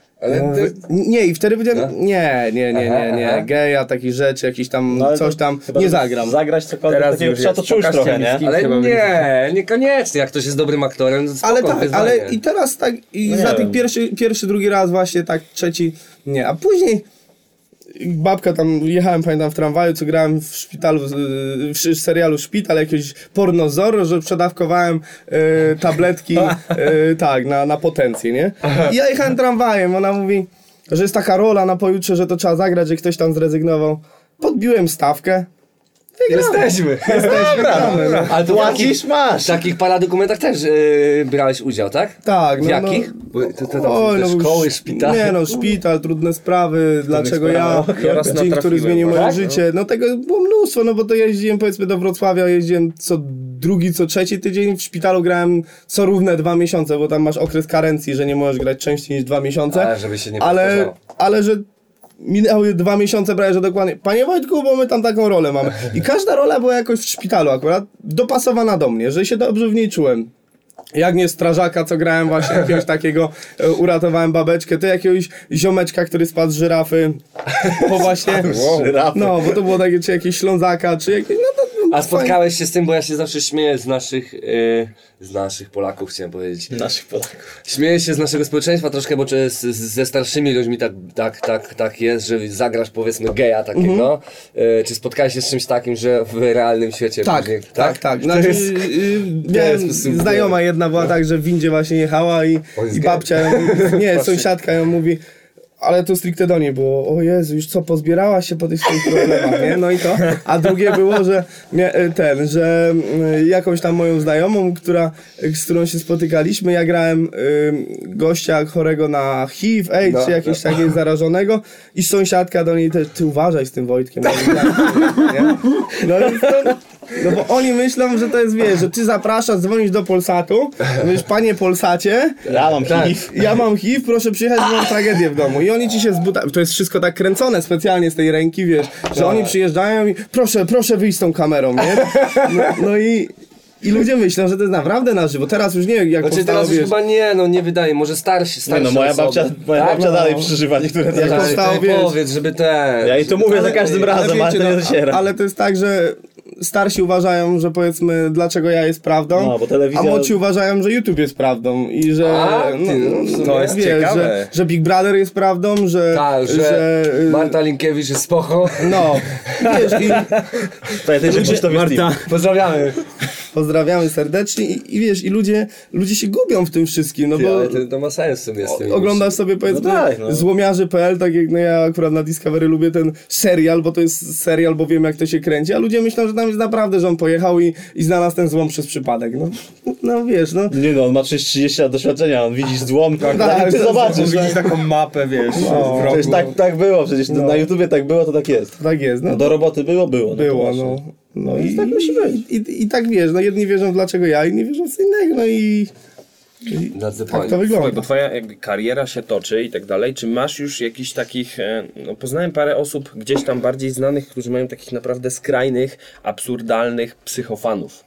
C: Nie, i wtedy powiedziałem, nie, geja, takich rzeczy, jakiś tam, coś tam, nie zagram.
F: Zagrać cokolwiek teraz takiego, trzeba to czuć trochę, nie?
B: Ale niekoniecznie, jak ktoś jest dobrym aktorem, to spoko,
C: ale tak, ale i teraz tak, i za tych pierwszy, drugi raz właśnie, tak, trzeci, nie, a później babka tam, jechałem, pamiętam, w tramwaju, co grałem w szpitalu, w serialu Szpital, jakieś porno Zorro, że przedawkowałem tabletki tak, na potencję, nie? I ja jechałem tramwajem, ona mówi, że jest taka rola na pojutrze, że to trzeba zagrać, że ktoś tam zrezygnował. Podbiłem stawkę.
B: Jesteśmy.
C: Gramy, no.
B: Ale to
F: Płacisz, masz!
B: w takich paradokumentach też brałeś udział, tak?
C: Tak.
B: W jakich? Szkoły, szpital?
C: Nie no, szpital, trudne sprawy, dlaczego ja, dzień, który zmienił moje życie. No tego było mnóstwo, no bo to jeździłem powiedzmy do Wrocławia, jeździłem co drugi, co trzeci tydzień, w szpitalu grałem co równe 2 miesiące, bo tam masz okres karencji, że nie możesz grać częściej niż 2 miesiące.
B: Ale żeby się nie powtarzało.
C: Ale że minęły 2 miesiące prawie, że dokładnie, panie Wojtku, bo my tam taką rolę mamy. I każda rola była jakoś w szpitalu akurat dopasowana do mnie, że się dobrze w niej czułem. Jak nie strażaka, co grałem właśnie jakiegoś takiego, uratowałem babeczkę, to jakiegoś ziomeczka, który spadł z żyrafy, bo właśnie, no, bo to było takie, czy jakieś Ślązaka, czy jakieś, no to...
B: A spotkałeś się z tym, bo ja się zawsze śmieję z naszych Polaków, chciałem powiedzieć.
F: Naszych Polaków.
B: Śmieję się z naszego społeczeństwa troszkę, bo ze starszymi ludźmi tak jest, że zagrasz powiedzmy geja takiego. Czy spotkałeś się z czymś takim, że w realnym świecie później,
C: tak. Znaczy, miałem znajoma jedna była tak, że w windzie właśnie jechała i babcia ją, sąsiadka ją mówi, ale to stricte do niej było, o Jezu, już co, pozbierałaś się po tych swoich problemach, nie? No i to. A drugie było, że że jakąś tam moją znajomą, z którą się spotykaliśmy, ja grałem gościa chorego na HIV, AIDS, czy jakiegoś takiego zarażonego i sąsiadka do niej też, ty uważaj z tym Wojtkiem. Nie? No bo oni myślą, że to jest, wiesz, że ty zapraszasz, dzwonisz do Polsatu, mówisz, panie Polsacie,
F: ja mam HIV.
C: Ja mam HIV, proszę przyjechać, bo mam tragedię w domu. I oni ci się to jest wszystko tak kręcone specjalnie z tej ręki, wiesz, że oni przyjeżdżają i proszę wyjść z tą kamerą, nie? No i ludzie myślą, że to jest naprawdę na żywo. Teraz już nie, jak
B: znaczy teraz już chyba nie wydaje, może starsi
F: moja babcia dalej przeżywa niektóre
C: jak powstało, wiesz,
B: powiedz, żeby ten...
F: Ja jej to mówię za każdym razem, ale to nie dociera.
C: Ale to jest tak, że starsi uważają, że powiedzmy, dlaczego ja jest prawdą,
F: bo telewizja...
C: a młodsi uważają, że YouTube jest prawdą i że...
E: to jest ciekawe.
C: Że Big Brother jest prawdą, że...
B: Tak, że Marta Linkiewicz jest spoko.
C: No, wiesz,
F: Pamiętaj, że ktoś to Marta.
B: Pozdrawiamy.
C: Pozdrawiamy serdecznie i wiesz, i ludzie się gubią w tym wszystkim, no bo...
B: Ale to ma sens sobie z tym.
C: Oglądasz sobie, powiedzmy, Złomiarzy.pl, tak jak ja akurat na Discovery lubię ten serial, bo to jest serial, bo wiem jak to się kręci, a ludzie myślą, że tam jest naprawdę, że on pojechał i znalazł ten złom przez przypadek, no wiesz, no.
F: Nie on ma 30 lat doświadczenia, on widzi złom, ty zobaczysz.
E: Widzisz taką mapę, wiesz,
F: przecież tak było, przecież na YouTubie tak było, to tak jest.
C: Tak jest, no.
F: Do roboty było.
C: No i tak musi być. I tak wiesz, no jedni wierzą dlaczego ja, inni wierzą co innego, no i tak to wygląda.
E: Bo twoja jakby kariera się toczy i tak dalej, czy masz już jakichś takich, poznałem parę osób gdzieś tam bardziej znanych, którzy mają takich naprawdę skrajnych, absurdalnych psychofanów.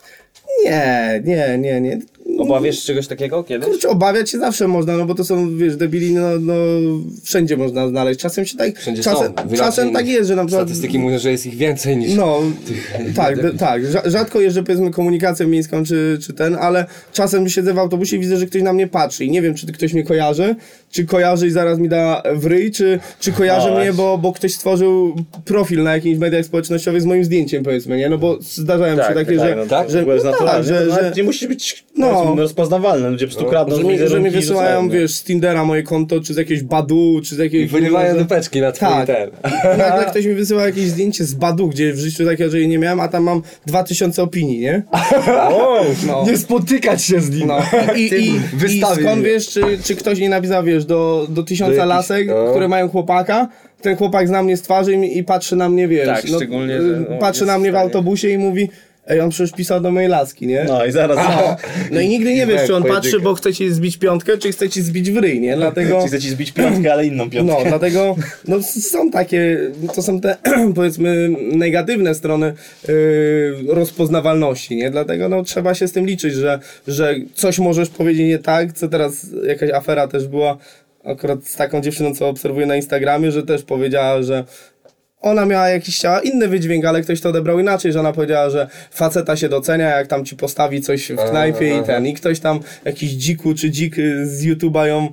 C: Nie.
E: Obawiasz się czegoś takiego kiedyś?
C: Kurczę, obawiać się zawsze można, no bo to są, wiesz, debili, no wszędzie można znaleźć. Czasem się tak, czasem tak jest, że na przykład...
B: Statystyki mówią, że jest ich więcej niż...
C: No, tak. Rzadko jeżdżę, powiedzmy, komunikacją miejską czy ten, ale czasem siedzę w autobusie i widzę, że ktoś na mnie patrzy i nie wiem, czy ktoś mnie kojarzy, czy kojarzy i zaraz mi da w ryj, czy kojarzy mnie, bo ktoś stworzył profil na jakichś mediach społecznościowych z moim zdjęciem, powiedzmy, nie? No bo zdarzają się takie, że...
F: nie musisz być powiedzmy, rozpoznawalne. Ludzie po prostu kradną
C: Że mi
F: wizerunki i
C: wysyłają,
F: rzucają,
C: wiesz, z Tindera moje konto, czy z jakiegoś Badu, czy z
B: I
C: jakiegoś...
B: wyrywają dupeczki na twój
C: Tak.
B: ten.
C: Nagle ktoś mi wysyła jakieś zdjęcie z Badu, gdzie w życiu takiego, że jej nie miałem, a tam mam 2000 opinii, nie? No.
B: Nie spotykać się z nim.
C: No. I
B: Wystawię
C: skąd
B: je.
C: wiesz, czy ktoś nie napisał, wiesz, do 1000
B: jakichś-
C: lasek,
B: no.
C: które mają chłopaka, ten chłopak zna mnie z twarzy i patrzy na mnie, wiesz,
E: Tak, szczególnie, że,
C: patrzy
E: jest
C: na mnie w
E: w stanie.
C: autobusie i mówi, ej, on przecież pisał do mojej laski, nie?
F: No i zaraz...
C: No i nigdy nie wiesz, czy on
B: pojedynek.
C: patrzy, bo chce ci zbić piątkę, czy chce ci zbić w ryj, nie? Dlatego...
F: Czy chce ci zbić piątkę, ale inną piątkę.
C: No, dlatego no, są takie, to są te powiedzmy negatywne strony rozpoznawalności, nie? Dlatego no, trzeba się z tym liczyć, że coś możesz powiedzieć nie tak, co teraz jakaś afera też była akurat z taką dziewczyną, co obserwuję na Instagramie, że też powiedziała, że ona miała jakiś inny wydźwięk, ale ktoś to odebrał inaczej, że ona powiedziała, że faceta się docenia, jak tam ci postawi coś w knajpie i ktoś tam, jakiś dziku czy dzik z YouTube'a ją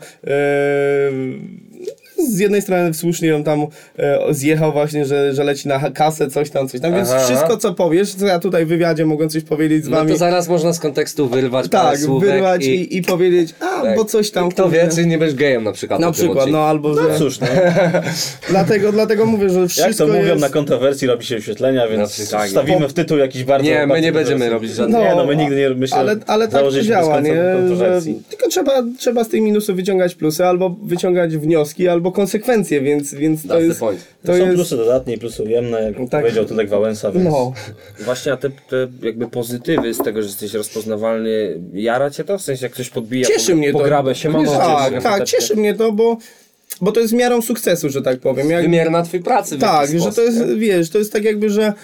C: z jednej strony słusznie ją tam zjechał właśnie, że leci na kasę, coś tam, więc wszystko co powiesz, co ja tutaj w wywiadzie mogę coś powiedzieć z
B: No
C: wami,
B: to zaraz można z kontekstu wyrwać parę
C: tak,
B: słówek
C: wyrwać i powiedzieć,
B: tak.
C: bo coś tam...
B: Kto wie,
C: kurde,
B: czy nie będziesz gejem na przykład.
C: na
B: po tym
C: przykład,
B: odcinku.
C: no albo, że...
F: Cóż, no.
C: Dlatego mówię, że
F: Jak
C: wszystko
F: to mówią,
C: jest...
F: na kontrowersji robi się wyświetlenia, więc
B: Znaczy, tak.
F: wstawimy w tytuł jakiś bardzo...
B: Nie, my
F: bardzo
B: nie będziemy
F: kontrowersyjny.
B: robić żadnych.
F: Nie, no my nigdy nie, myślę,
C: ale tak to
F: założyliśmy
C: działa,
F: bez
C: nie? Że
F: kontrowersji.
C: tylko trzeba z tych minusów wyciągać plusy, albo wyciągać wnioski, albo konsekwencje, więc to
B: That's
C: jest...
B: the point.
C: To
F: Są
C: jest...
F: plusy dodatnie i plusy ujemne, jak
C: Tak.
F: powiedział Tudek Wałęsa, więc...
C: No,
E: Właśnie, a te jakby pozytywy z tego, że jesteś rozpoznawalny, jara cię to? W sensie, jak ktoś podbija
C: cieszy mnie to.
E: grabę się mamo.
C: Tak, cieszy mnie to, bo to jest miarą sukcesu, że tak powiem.
B: Wymierna twojej pracy w
C: Tak,
B: jakiś
C: że
B: sposób,
C: to jest,
B: nie?
C: wiesz, to jest tak jakby, że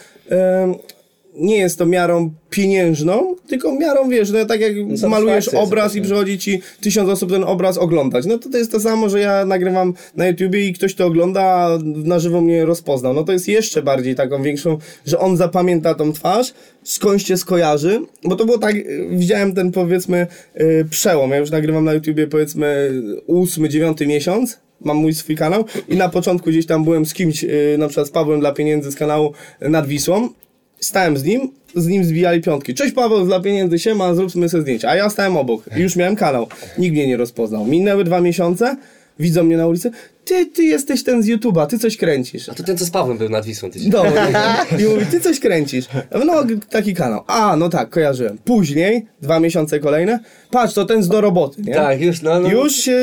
C: nie jest to miarą pieniężną, tylko miarą, wiesz, no tak jak malujesz
F: satysfakcja
C: obraz i
F: jest
C: przychodzi ci 1000 osób ten obraz oglądać. No to jest to samo, że ja nagrywam na YouTubie i ktoś to ogląda, a na żywo mnie rozpoznał. No to jest jeszcze bardziej taką większą, że on zapamięta tą twarz, skądś cię skojarzy, bo to było tak, widziałem ten powiedzmy przełom. Ja już nagrywam na YouTubie powiedzmy 8-9 miesiąc. Mam mój swój kanał i na początku gdzieś tam byłem z kimś, na przykład z Pawłem dla pieniędzy z kanału Nad Wisłą. Stałem z nim zbijali piątki. Cześć Paweł, dla pieniędzy siema, zróbmy sobie zdjęcia. A ja stałem obok i już miałem kanał. Nikt mnie nie rozpoznał. Minęły 2 miesiące, widzą mnie na ulicy. Ty jesteś ten z YouTube'a, ty coś kręcisz.
B: A to ten, co z Pawłem był nad Wisłą tydzień.
C: No, i mówi, ty coś kręcisz. No, taki kanał. A, no tak, kojarzyłem. Później, 2 miesiące kolejne, patrz, to ten z do roboty, nie?
B: Tak, już, no.
C: Już się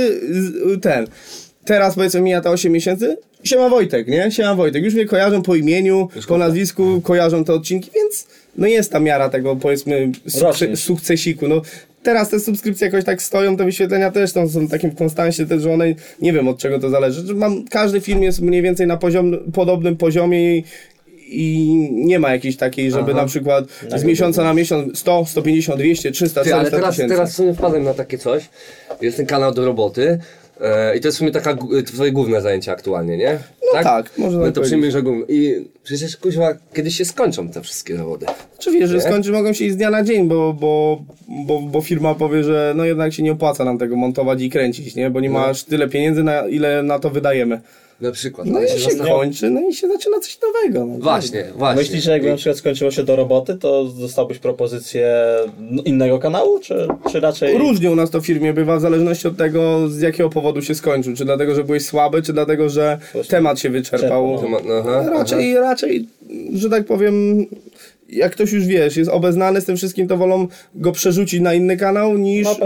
C: teraz powiedzmy mija to 8 miesięcy. Siema Wojtek, nie? Siema Wojtek. Już mnie kojarzą po imieniu, po nazwisku, kojarzą te odcinki, więc no jest ta miara tego powiedzmy sukcesiku. No, teraz te subskrypcje jakoś tak stoją, te wyświetlenia też są takim w konstansie, też, że one, nie wiem od czego to zależy. Że każdy film jest mniej więcej na podobnym poziomie i nie ma jakiejś takiej, żeby na przykład z miesiąca na miesiąc 100, 150, 200, 300, 400
B: ale
C: tysięcy.
B: teraz w sumie wpadłem na takie coś. Jest ten kanał do roboty. I to jest w sumie twoje główne zajęcie aktualnie, nie?
C: No tak, można tak
B: to przyjmij, że główne. I przecież kuźwa, kiedyś się skończą te wszystkie zawody.
C: Czy wiesz, że mogą się i z dnia na dzień, bo firma powie, że no jednak się nie opłaca nam tego montować i kręcić, nie? Bo nie masz tyle pieniędzy, ile na to wydajemy.
B: Na przykład.
C: No i się kończy, no i się zaczyna coś nowego. No.
B: Właśnie.
F: Myślisz, że jakby na przykład skończyło się do roboty, to dostałbyś propozycję innego kanału, czy raczej...
C: Różnie u nas to w firmie bywa, w zależności od tego, z jakiego powodu się skończył. Czy dlatego, że byłeś słaby, czy dlatego, że temat się wyczerpał. Raczej, że tak powiem, jak ktoś już wiesz, jest obeznany z tym wszystkim, to wolą go przerzucić na inny kanał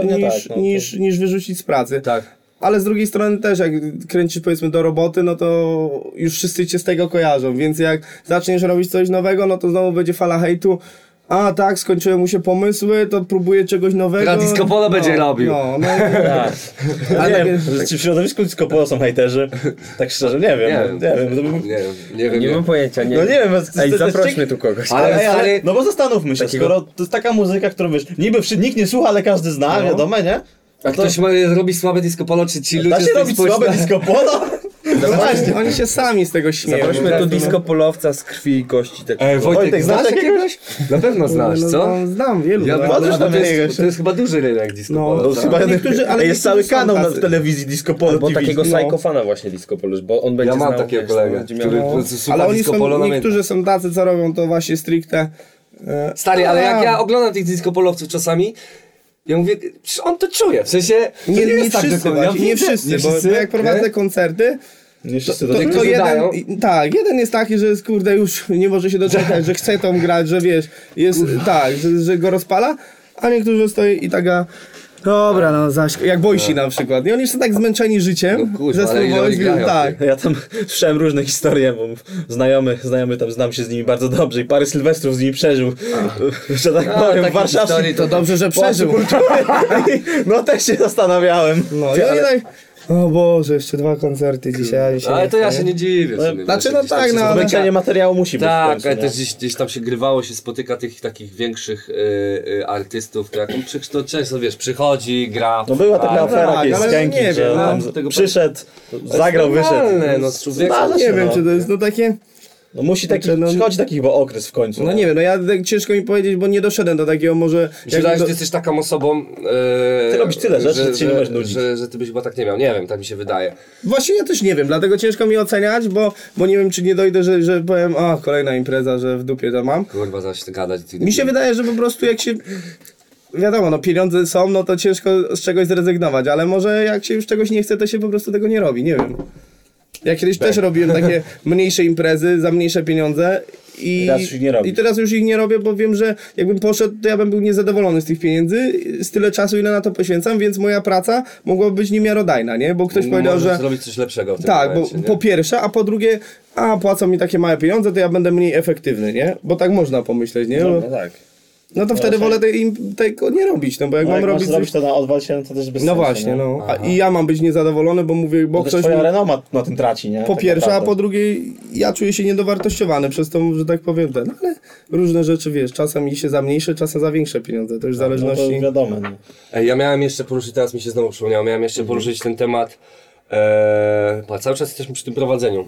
C: niż wyrzucić z pracy.
B: Tak.
C: Ale z drugiej strony też, jak kręcisz powiedzmy do roboty, no to już wszyscy cię z tego kojarzą, więc jak zaczniesz robić coś nowego, no to znowu będzie fala hejtu. A tak, skończyły mu się pomysły, to próbuje czegoś nowego.
B: Disco Polo będzie robił.
F: Tak. Ale czy w środowisku Disco Polo są hejterzy? Tak szczerze, nie wiem.
B: Nie
E: mam pojęcia, nie.
F: No nie wiem.
E: Ej, zaprośmy tu kogoś.
F: Ale, no bo zastanówmy się, skoro to jest taka muzyka, którą wiesz, niby nikt nie słucha, ale każdy zna, wiadomo, nie?
B: A ktoś robi słabe disco polo, czy ci ludzie
F: Da się robić słabe disco polo?
C: No właśnie, oni się sami z tego śmieją.
E: Zaprośmy tu disco polowca z krwi i kości.
B: Wojtek, znasz jakiegoś? Na pewno znasz, co?
C: No, znam wielu.
B: To jest chyba duży rynek disco polo.
C: No, chyba
F: niektórzy, ale jest cały kanał w telewizji Disco Polo
E: Bo
F: TV.
E: takiego psychofana właśnie disco polo, bo on będzie
B: Ja mam
E: znał,
B: takiego
E: wiesz,
B: kolegę,
E: będzie
B: który
E: miał...
B: słucha
C: ale
B: disco
C: oni
B: polo.
C: niektórzy są tacy, co robią to właśnie stricte.
B: Stary, ale jak ja oglądam tych disco polowców czasami, Ja mówię, przecież on to czuje, w sensie... to
C: Nie
B: jest tak
C: wszyscy,
B: do końca.
C: właśnie, nie
B: widzę,
C: wszyscy, bo jak prowadzę koncerty,
F: Nie wszyscy
C: to
F: do
C: tylko
B: dodają.
C: jeden jest taki, że jest, kurde, już nie może się doczekać, że chce tą grać, że wiesz, jest tak, że go rozpala, a niektórzy stoją i taka... Dobra, no jak Wojsi na przykład. I oni są tak zmęczeni życiem,
B: No kurwa,
C: że
B: ale ile oni grają,
C: tak.
F: Ja tam słyszałem różne historie, bo znajomy tam znam się z nimi bardzo dobrze i parę sylwestrów z nimi przeżył, że tak powiem, w warszawskim.
C: To dobrze, że przeżył.
F: No też się zastanawiałem.
C: No i oni tak... O Boże, jeszcze 2 koncerty dzisiaj.
B: Ale to ja się nie dziwię. w sumie,
C: Znaczy,
B: wiesz,
C: no
B: gdzieś tam
C: tak,
B: się
C: no,
B: spotyka-
F: Zmęczenie materiału musi być w
B: Tak,
F: końcu,
B: ale
F: nie?
B: też gdzieś tam się grywało, się spotyka tych takich większych artystów, to jak on to często, wiesz, przychodzi, gra.
F: No była taka afera
C: tak,
F: jakieś
C: ale
F: z Kenki,
C: nie
F: że
C: wiem, no,
F: tam
B: tego
F: przyszedł, zagrał,
B: Normalne,
F: wyszedł.
B: no człowiek.
C: Nie wiem,
F: no.
C: czy to jest takie...
F: No musi taki,
C: Znaczy, no-
F: przychodzi taki chyba okres w końcu.
C: No nie wiem, no ja tak ciężko mi powiedzieć, bo nie doszedłem do takiego może...
B: Mi się wydaje, że ty jesteś taką osobą...
F: Ty robisz tyle rzeczy, że ty się nie możesz nudzić.
B: Że ty byś chyba tak nie miał. Nie wiem, tak mi się wydaje.
C: Właśnie ja też nie wiem, dlatego ciężko mi oceniać, bo nie wiem, czy nie dojdę, że powiem, kolejna impreza, że w dupie to mam.
B: Kurwa, zaś ty gadać.
C: Mi się wydaje, że po prostu jak się... Wiadomo, no pieniądze są, no to ciężko z czegoś zrezygnować, ale może jak się już czegoś nie chce, to się po prostu tego nie robi, nie wiem. Ja kiedyś też robiłem takie mniejsze imprezy za mniejsze pieniądze i
F: Teraz już ich nie robisz.
C: i teraz już ich nie robię, bo wiem, że jakbym poszedł, to ja bym był niezadowolony z tych pieniędzy, z tyle czasu, ile na to poświęcam, więc moja praca mogłaby być niemiarodajna, nie? Bo ktoś powiedział,
B: Możesz
C: że...
B: zrobić coś lepszego w tym
C: Tak,
B: momencie,
C: bo
B: nie?
C: po pierwsze, a po drugie, płacą mi takie małe pieniądze, to ja będę mniej efektywny, nie? Bo tak można pomyśleć, nie?
F: No tak.
C: No to wtedy wolę tego nie robić, no bo jak
F: No
C: mam
F: jak
C: robić...
F: masz zrobić to na odwal się, to też bez
C: No
F: sensu,
C: właśnie,
F: nie?
C: no. I ja mam być niezadowolony, bo mówię, bo
F: Bo też
C: ktoś
F: twoja
C: mi...
F: renoma na tym traci, nie?
C: Po
F: Tak
C: pierwsze, a
F: naprawdę.
C: po drugie, ja czuję się niedowartościowany przez to, że tak powiem, ale różne rzeczy, wiesz, czasem mi się za mniejsze, czasem za większe pieniądze, to już w
F: No
C: zależności...
F: to wiadomo, no.
B: Ej, ja miałem jeszcze poruszyć, teraz mi się znowu przypomniało, miałem jeszcze poruszyć ten temat, cały czas jesteśmy przy tym prowadzeniu.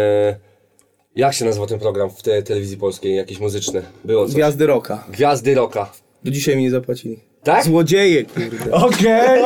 B: Jak się nazywa ten program w telewizji polskiej, jakiś muzyczny? Było coś.
C: Gwiazdy Rocka.
B: Gwiazdy Rocka.
C: Do dzisiaj mi nie zapłacili.
B: Tak?
C: Złodzieje, kurde.
F: Okej!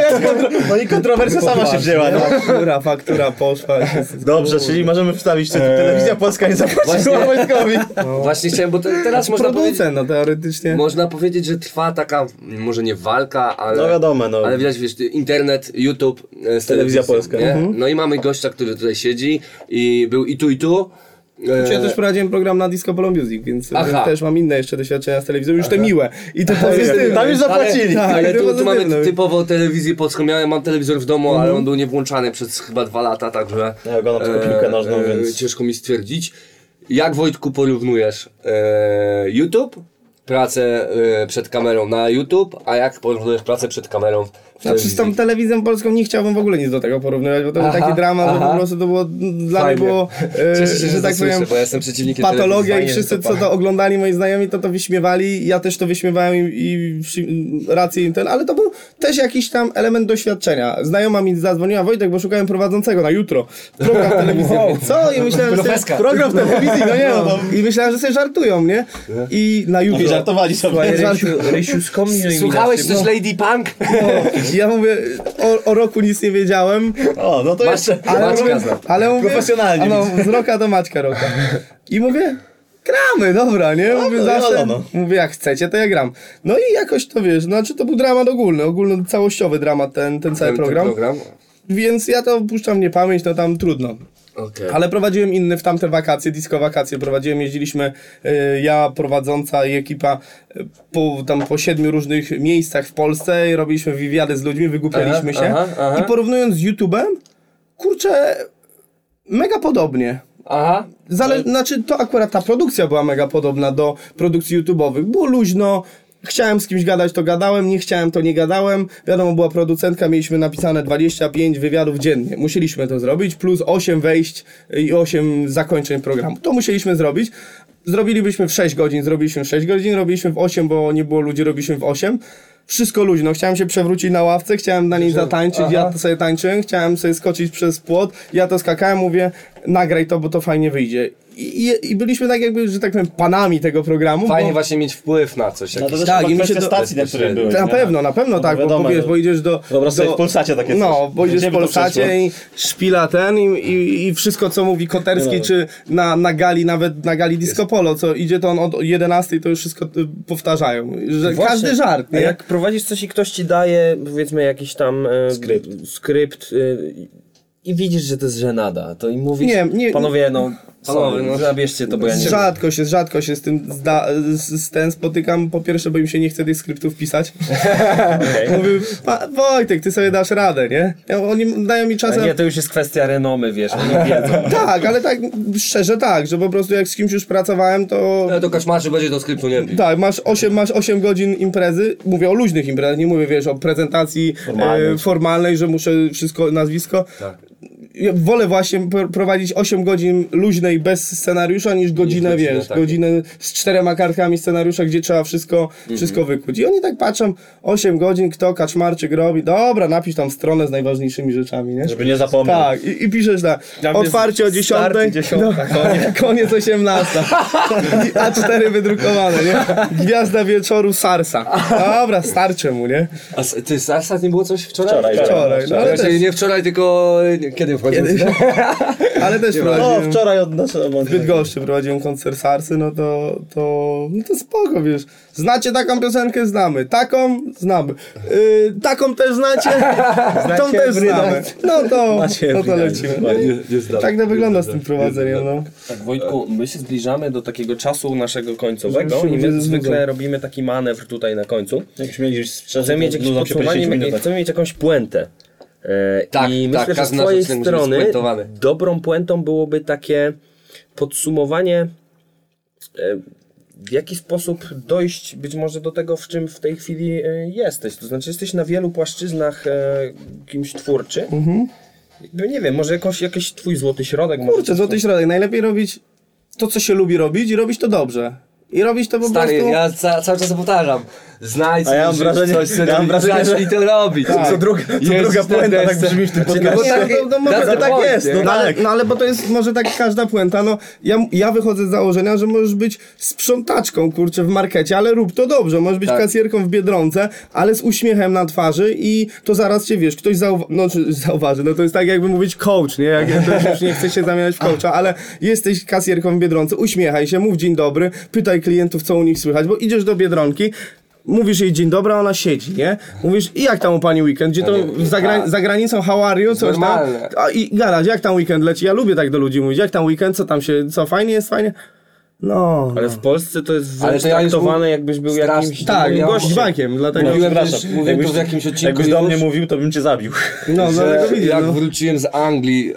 F: No i kontrowersja sama się wzięła, no.
C: Faktura poszła.
F: Dobrze, czyli możemy wstawić, że telewizja polska nie zapłaciła wojskowi.
B: Właśnie chciałem, bo teraz można powiedzieć,
C: Producent, no teoretycznie.
B: można powiedzieć, że trwa taka, może nie walka, ale...
F: No wiadomo, no.
B: Ale widać, wiesz, internet, YouTube, z
F: Telewizja
B: telewizją,
F: polska.
B: nie? No i mamy gościa, który tutaj siedzi i był i tu.
C: Ja też prowadziłem program na Disco Polo Music, więc
B: Aha.
C: też mam inne jeszcze doświadczenia z telewizją, już te miłe. I to pozytywne.
F: Tam już zapłacili.
C: Tak,
B: Ale
C: to
B: tu mamy
C: pozytywne.
B: typowo telewizję polską. Mam telewizor w domu, ale on był niewłączany przez chyba 2 lata, także
F: Ja oglądam tylko piłkę nożną, więc...
B: ciężko mi stwierdzić. Jak, Wojtku, porównujesz YouTube, pracę przed kamerą na YouTube, a jak porównujesz pracę przed kamerą w
C: Znaczy z
B: telewizji?
C: tą telewizją polską nie chciałbym w ogóle nic do tego porównywać, bo to był
B: Aha,
C: taki dramat, że
B: aha.
C: po prostu to było, dla
B: Fajnie.
C: mnie było,
B: Cieszę się,
C: że tak
B: słyszę,
C: powiem,
B: bo ja jestem przeciwnikiem
C: patologia i
B: telewizji.
C: wszyscy co to oglądali, moi znajomi, to wyśmiewali, ja też to wyśmiewałem i rację im ale to był też jakiś tam element doświadczenia. Znajoma mi zadzwoniła, Wojtek, bo szukałem prowadzącego na jutro, program telewizyjny. Co? I myślałem, że
B: Profeska.
C: program w telewizji, no nie no. I myślałem, że sobie żartują, nie? I na jutro.
F: I żartowali sobie.
E: Rysiu, skąd
B: Słuchałeś coś Lady Punk?
C: Ja mówię, o roku nic nie wiedziałem.
F: O, no to jeszcze...
B: Maćka znam.
C: Ale mówię,
F: Profesjonalnie.
C: z Roka do Maćka Roka. I mówię, gramy, dobra, nie? Mówię
F: no,
C: zawsze,
F: no.
C: mówię jak chcecie, to ja gram. No i jakoś to wiesz, znaczy to był dramat ogólny całościowy dramat ten cały program. Więc ja to puszczam nie pamięć, no tam trudno.
B: Okay.
C: Ale prowadziłem inny w tamte wakacje, disco wakacje prowadziłem, jeździliśmy, ja prowadząca i ekipa po 7 różnych miejscach w Polsce i robiliśmy wywiady z ludźmi, wygłupialiśmy się i porównując z YouTube'em, kurczę, mega podobnie.
B: Aha.
C: Znaczy to akurat ta produkcja była mega podobna do produkcji YouTube'owych, było luźno. Chciałem z kimś gadać, to gadałem, nie chciałem, to nie gadałem. Wiadomo, była producentka, mieliśmy napisane 25 wywiadów dziennie. Musieliśmy to zrobić, plus 8 wejść i 8 zakończeń programu. To musieliśmy zrobić. Zrobilibyśmy w 6 godzin, zrobiliśmy w 6 godzin, robiliśmy w 8, bo nie było ludzi, robiliśmy w 8. Wszystko luźno. Chciałem się przewrócić na ławce, chciałem na niej zatańczyć, ja to sobie tańczyłem, chciałem sobie skoczyć przez płot, ja to skakałem, mówię, nagraj to, bo to fajnie wyjdzie. I byliśmy tak jakby, że tak powiem, panami tego programu.
B: Fajnie
C: bo...
B: właśnie mieć wpływ na coś.
F: No to
B: Jakiś...
F: też
C: Tak,
F: tak,
C: i mi się
F: kwestia
C: to-
F: stacji, na której byłeś.
C: Na
F: nie?
C: pewno
F: No
C: tak,
F: wiadomo,
C: bo idziesz do...
F: Wyobraź sobie w Polsacie takie
C: No,
F: coś.
C: bo idziesz
F: Gdzie
C: w
F: by to przeszło?
C: Polsacie i szpila ten i wszystko co mówi Koterski,
F: No.
C: czy na gali, nawet na gali Disco Polo, co idzie to on od 11 to już wszystko powtarzają. Że
E: Właśnie.
C: każdy żart,
E: A
C: nie?
E: jak prowadzisz coś i ktoś ci daje, powiedzmy, jakiś tam skrypt i widzisz, że to jest żenada, to im mówisz,
C: Nie,
E: panowie, no,
B: Panowie,
E: sorry,
B: no.
E: zabierzcie to, bo ja nie
C: Rzadko się z tym z ten spotykam. Po pierwsze, bo im się nie chce tych skryptów pisać. Mówię, Wojtek, ty sobie dasz radę, nie? Oni dają mi
E: A
C: czasem...
E: nie, to już jest kwestia renomy, wiesz, oni wiedzą.
C: Tak, ale tak szczerze tak, że po prostu jak z kimś już pracowałem, to...
B: No to kaczmarzy będzie do skryptu nie pić.
C: Tak, masz 8 godzin imprezy, mówię o luźnych imprezach, nie mówię, wiesz, o prezentacji formalnej, że muszę wszystko, nazwisko.
B: Tak.
C: Ja wolę właśnie prowadzić 8 godzin luźnej bez scenariusza, niż godzinę,
B: godzinę,
C: wiesz,
B: tak.
C: godzinę z 4 kartkami scenariusza, gdzie trzeba wszystko wykuć. I oni tak patrzą, 8 godzin, kto kaczmarczyk robi, dobra, napisz tam stronę z najważniejszymi rzeczami, nie?
F: Żeby nie zapomniał.
C: Tak, i piszesz tak, otwarcie o 10,
E: start 10,
C: koniec 18, A4 wydrukowane, nie? Gwiazda wieczoru Sarsa. Dobra, starczy mu, nie?
B: A ty Sarsa nie było coś wczoraj?
C: Wczoraj, no ale
B: Znaczy, nie wczoraj, tylko kiedy wchodził?
C: Kiedyś. Ale też
F: O,
C: prowadziłem
F: wczoraj od naszego
C: w Bydgoszczy prowadziłem koncert Sarsy, no to spoko, wiesz. Znacie taką piosenkę? Znamy. Taką? Znamy. Taką też znacie? Tą też znamy. No to lecimy. Tak to wygląda z tym prowadzeniem, no.
E: Tak, Wojtku, my się zbliżamy do takiego czasu naszego końcowego
C: Żeby się
E: i my
C: ludzie
E: zwykle
C: znudzą.
E: robimy taki manewr tutaj na końcu.
F: Jakbyśmy mieli szczerze,
E: Chcemy mieć jakieś
F: nudzą się po 10
E: podsumowanie,
F: minutach.
E: chcemy mieć jakąś puentę.
B: Tak,
E: I
B: tak,
E: myślę, że z
B: każdy nasz
E: twojej
B: odcinek musi być
E: strony
B: spuentowany.
E: dobrą puentą byłoby takie podsumowanie, w jaki sposób dojść być może do tego, w czym w tej chwili jesteś. To znaczy jesteś na wielu płaszczyznach kimś twórczym. Jakby, nie wiem, może jakiś twój złoty środek. może
C: Kurczę,
E: coś-
C: złoty środek. Najlepiej robić to, co się lubi robić i robić to dobrze. I robić to po
B: Stary,
C: prostu...
B: ja cały czas to powtarzam. Znajdź
F: A ja mam
B: sobie
F: wrażenie-
B: coś, co
F: ja mam wrażenie,
B: zacznij to robić.
F: Co druga puenta tak brzmi w tym
B: No
F: podcaście.
B: tak,
C: No może
B: that's the
C: tak
B: point,
C: jest,
B: nie?
C: no ale bo to jest może tak każda puenta, no ja wychodzę z założenia, że możesz być sprzątaczką, kurczę, w markecie, ale rób to dobrze, możesz być
B: Tak.
C: kasjerką w Biedronce, ale z uśmiechem na twarzy i to zaraz cię, wiesz, ktoś zauważy, no to jest tak jakby mówić coach, nie, jak to już nie chce się zamieniać w coacha, ale jesteś kasjerką w Biedronce, uśmiechaj się, mów dzień dobry, pytaj klientów, co u nich słychać, bo idziesz do Biedronki, mówisz jej dzień dobry, a ona siedzi, nie? Mówisz, i jak tam u pani weekend? Gdzie to za granicą, how are you? Coś tam.
B: Normalne.
C: I gadać, jak tam weekend leci? Ja lubię tak do ludzi mówić, jak tam weekend, co fajnie jest, fajnie? No.
E: Ale w Polsce to jest
B: Ale
E: wręcz
B: to ja już
E: traktowane, jakbyś był
B: strasznie-
E: jakimś
C: Tak,
B: ja-
C: gościem, dlatego...
B: Mówiłem to w jakimś odcinku
F: Jakbyś do
B: już,
F: mnie mówił, to bym cię zabił.
C: No,
B: że
C: dlatego widzisz,
B: jak
C: no.
B: wróciłem z Anglii,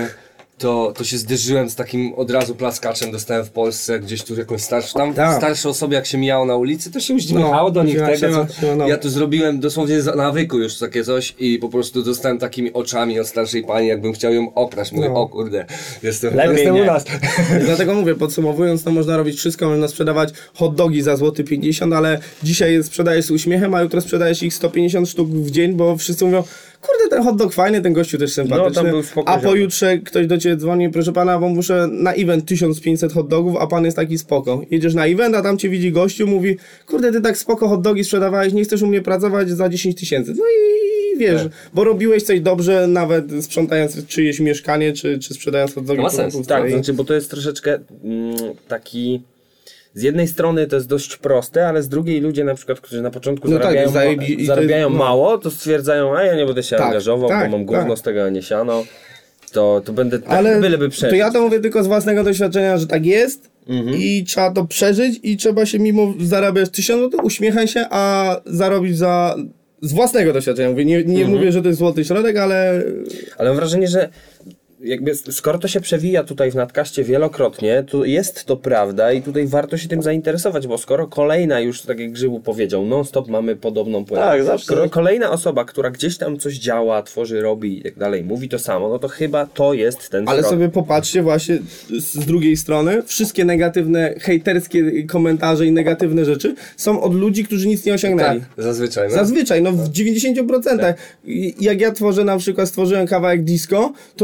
B: to się zderzyłem z takim od razu plaskaczem, dostałem w Polsce gdzieś tu jakąś
C: Tak.
B: starsze osoby, jak się mijało na ulicy, to się uśmiechało do nich
C: siema,
B: tego, co
C: siema, no.
B: ja tu zrobiłem dosłownie z nawyku już takie coś i po prostu dostałem takimi oczami od starszej pani, jakbym chciał ją okraść, mówię, o kurde, jestem
F: Lepiej
B: u
F: nie.
B: nas.
C: Dlatego mówię, podsumowując, to można robić wszystko, można sprzedawać hot dogi za złoty 50, ale dzisiaj sprzedajesz z uśmiechem, a jutro sprzedajesz ich 150 sztuk w dzień, bo wszyscy mówią, kurde, ten hot dog fajny, ten gościu też sympatyczny,
E: No, tam był spoko
C: a
E: ziomek.
C: pojutrze ktoś do ciebie dzwoni, proszę pana, bo muszę na event 1500 hot dogów, a pan jest taki spoko. Jedziesz na event, a tam cię widzi gościu, mówi, kurde, ty tak spoko hot dogi sprzedawałeś, nie chcesz u mnie pracować za 10 000. No i wiesz, bo robiłeś coś dobrze, nawet sprzątając czyjeś mieszkanie, czy sprzedając hot dogi.
B: No ma
C: po
B: sens.
C: prostu.
E: Tak,
C: I-
E: znaczy, bo to jest troszeczkę taki... Z jednej strony to jest dość proste, ale z drugiej ludzie na przykład, którzy na początku
C: No tak,
E: zarabiają,
C: i to
E: zarabiają
C: jest, no.
E: mało, to stwierdzają, a ja nie będę się
C: Tak,
E: angażował,
C: tak,
E: bo mam gówno
C: tak.
E: z tego, a nie siano. To będę tak,
C: Ale
E: byleby przeżyć.
C: to ja to mówię tylko z własnego doświadczenia, że tak jest i trzeba to przeżyć i trzeba się mimo zarabiać 1000 zł, uśmiechaj się, a zarobić z własnego doświadczenia. Mówię, nie mówię, że to jest złoty środek, ale
E: Ale mam wrażenie, że jakby skoro to się przewija tutaj w Nadcaście wielokrotnie, to jest to prawda i tutaj warto się tym zainteresować, bo skoro kolejna już, tak jak Grzybu powiedział, non-stop mamy podobną puentę.
F: Tak, zawsze.
E: Skoro kolejna osoba, która gdzieś tam coś działa, tworzy, robi i tak dalej, mówi to samo, no to chyba to jest ten
C: ale
E: środek.
C: sobie popatrzcie właśnie z drugiej strony, wszystkie negatywne, hejterskie komentarze i negatywne rzeczy są od ludzi, którzy nic nie osiągnęli.
B: Tak, zazwyczaj. No.
C: Zazwyczaj, no w 90%. Jak ja stworzyłem kawałek disco, to wszyscy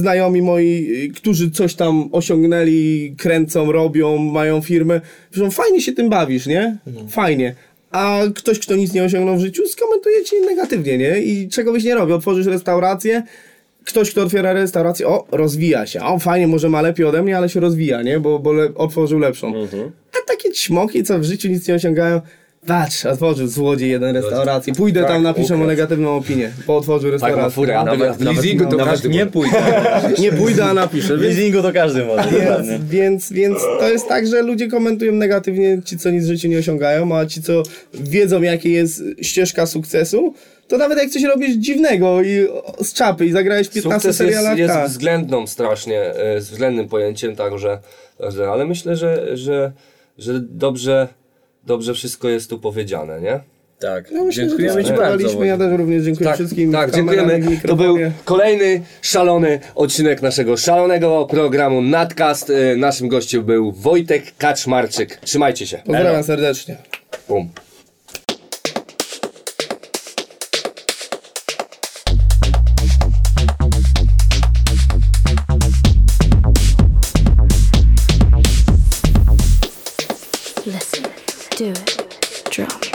C: znajomi moi, którzy coś tam osiągnęli, kręcą, robią, mają firmy, że fajnie się tym bawisz, nie? Fajnie. A ktoś, kto nic nie osiągnął w życiu, skomentuje ci negatywnie, nie? I czego byś nie robił? Otworzysz restaurację, ktoś, kto otwiera restaurację, fajnie, może ma lepiej ode mnie, ale się rozwija, nie? Bo otworzył lepszą. A takie ćmoki, co w życiu nic nie osiągają, patrz, otworzył złodziej jeden restaurację, pójdę tam, napiszę mu negatywną opinię, bo otworzył
B: Tak, ma
C: restaurację.
B: furę, a w leasingu to każdy
E: nie
B: może.
E: pójdę.
C: Nie pójdę, a napiszę.
F: W leasingu to każdy może. dokładnie.
C: Więc to jest tak, że ludzie komentują negatywnie ci, co nic w życiu nie osiągają, a ci, co wiedzą, jaka jest ścieżka sukcesu, to nawet jak coś robisz dziwnego i z czapy i zagrałeś 15
B: Sukces
C: serialach,
B: jest
C: tak.
B: względną strasznie, względnym pojęciem, także ale myślę, że dobrze wszystko jest tu powiedziane, nie?
E: Tak,
C: No myślę,
E: dziękujemy
C: że
E: Ci
C: to
E: bardzo.
C: ja też również dziękuję wszystkim.
B: Tak,
C: kamerami,
B: dziękujemy. To był
C: mikrofonie.
B: kolejny szalony odcinek naszego szalonego programu Nadcast. Naszym gościem był Wojtek Kaczmarczyk. Trzymajcie się.
C: Pozdrawiam serdecznie.
B: Bum.
G: Listen, do it, drop.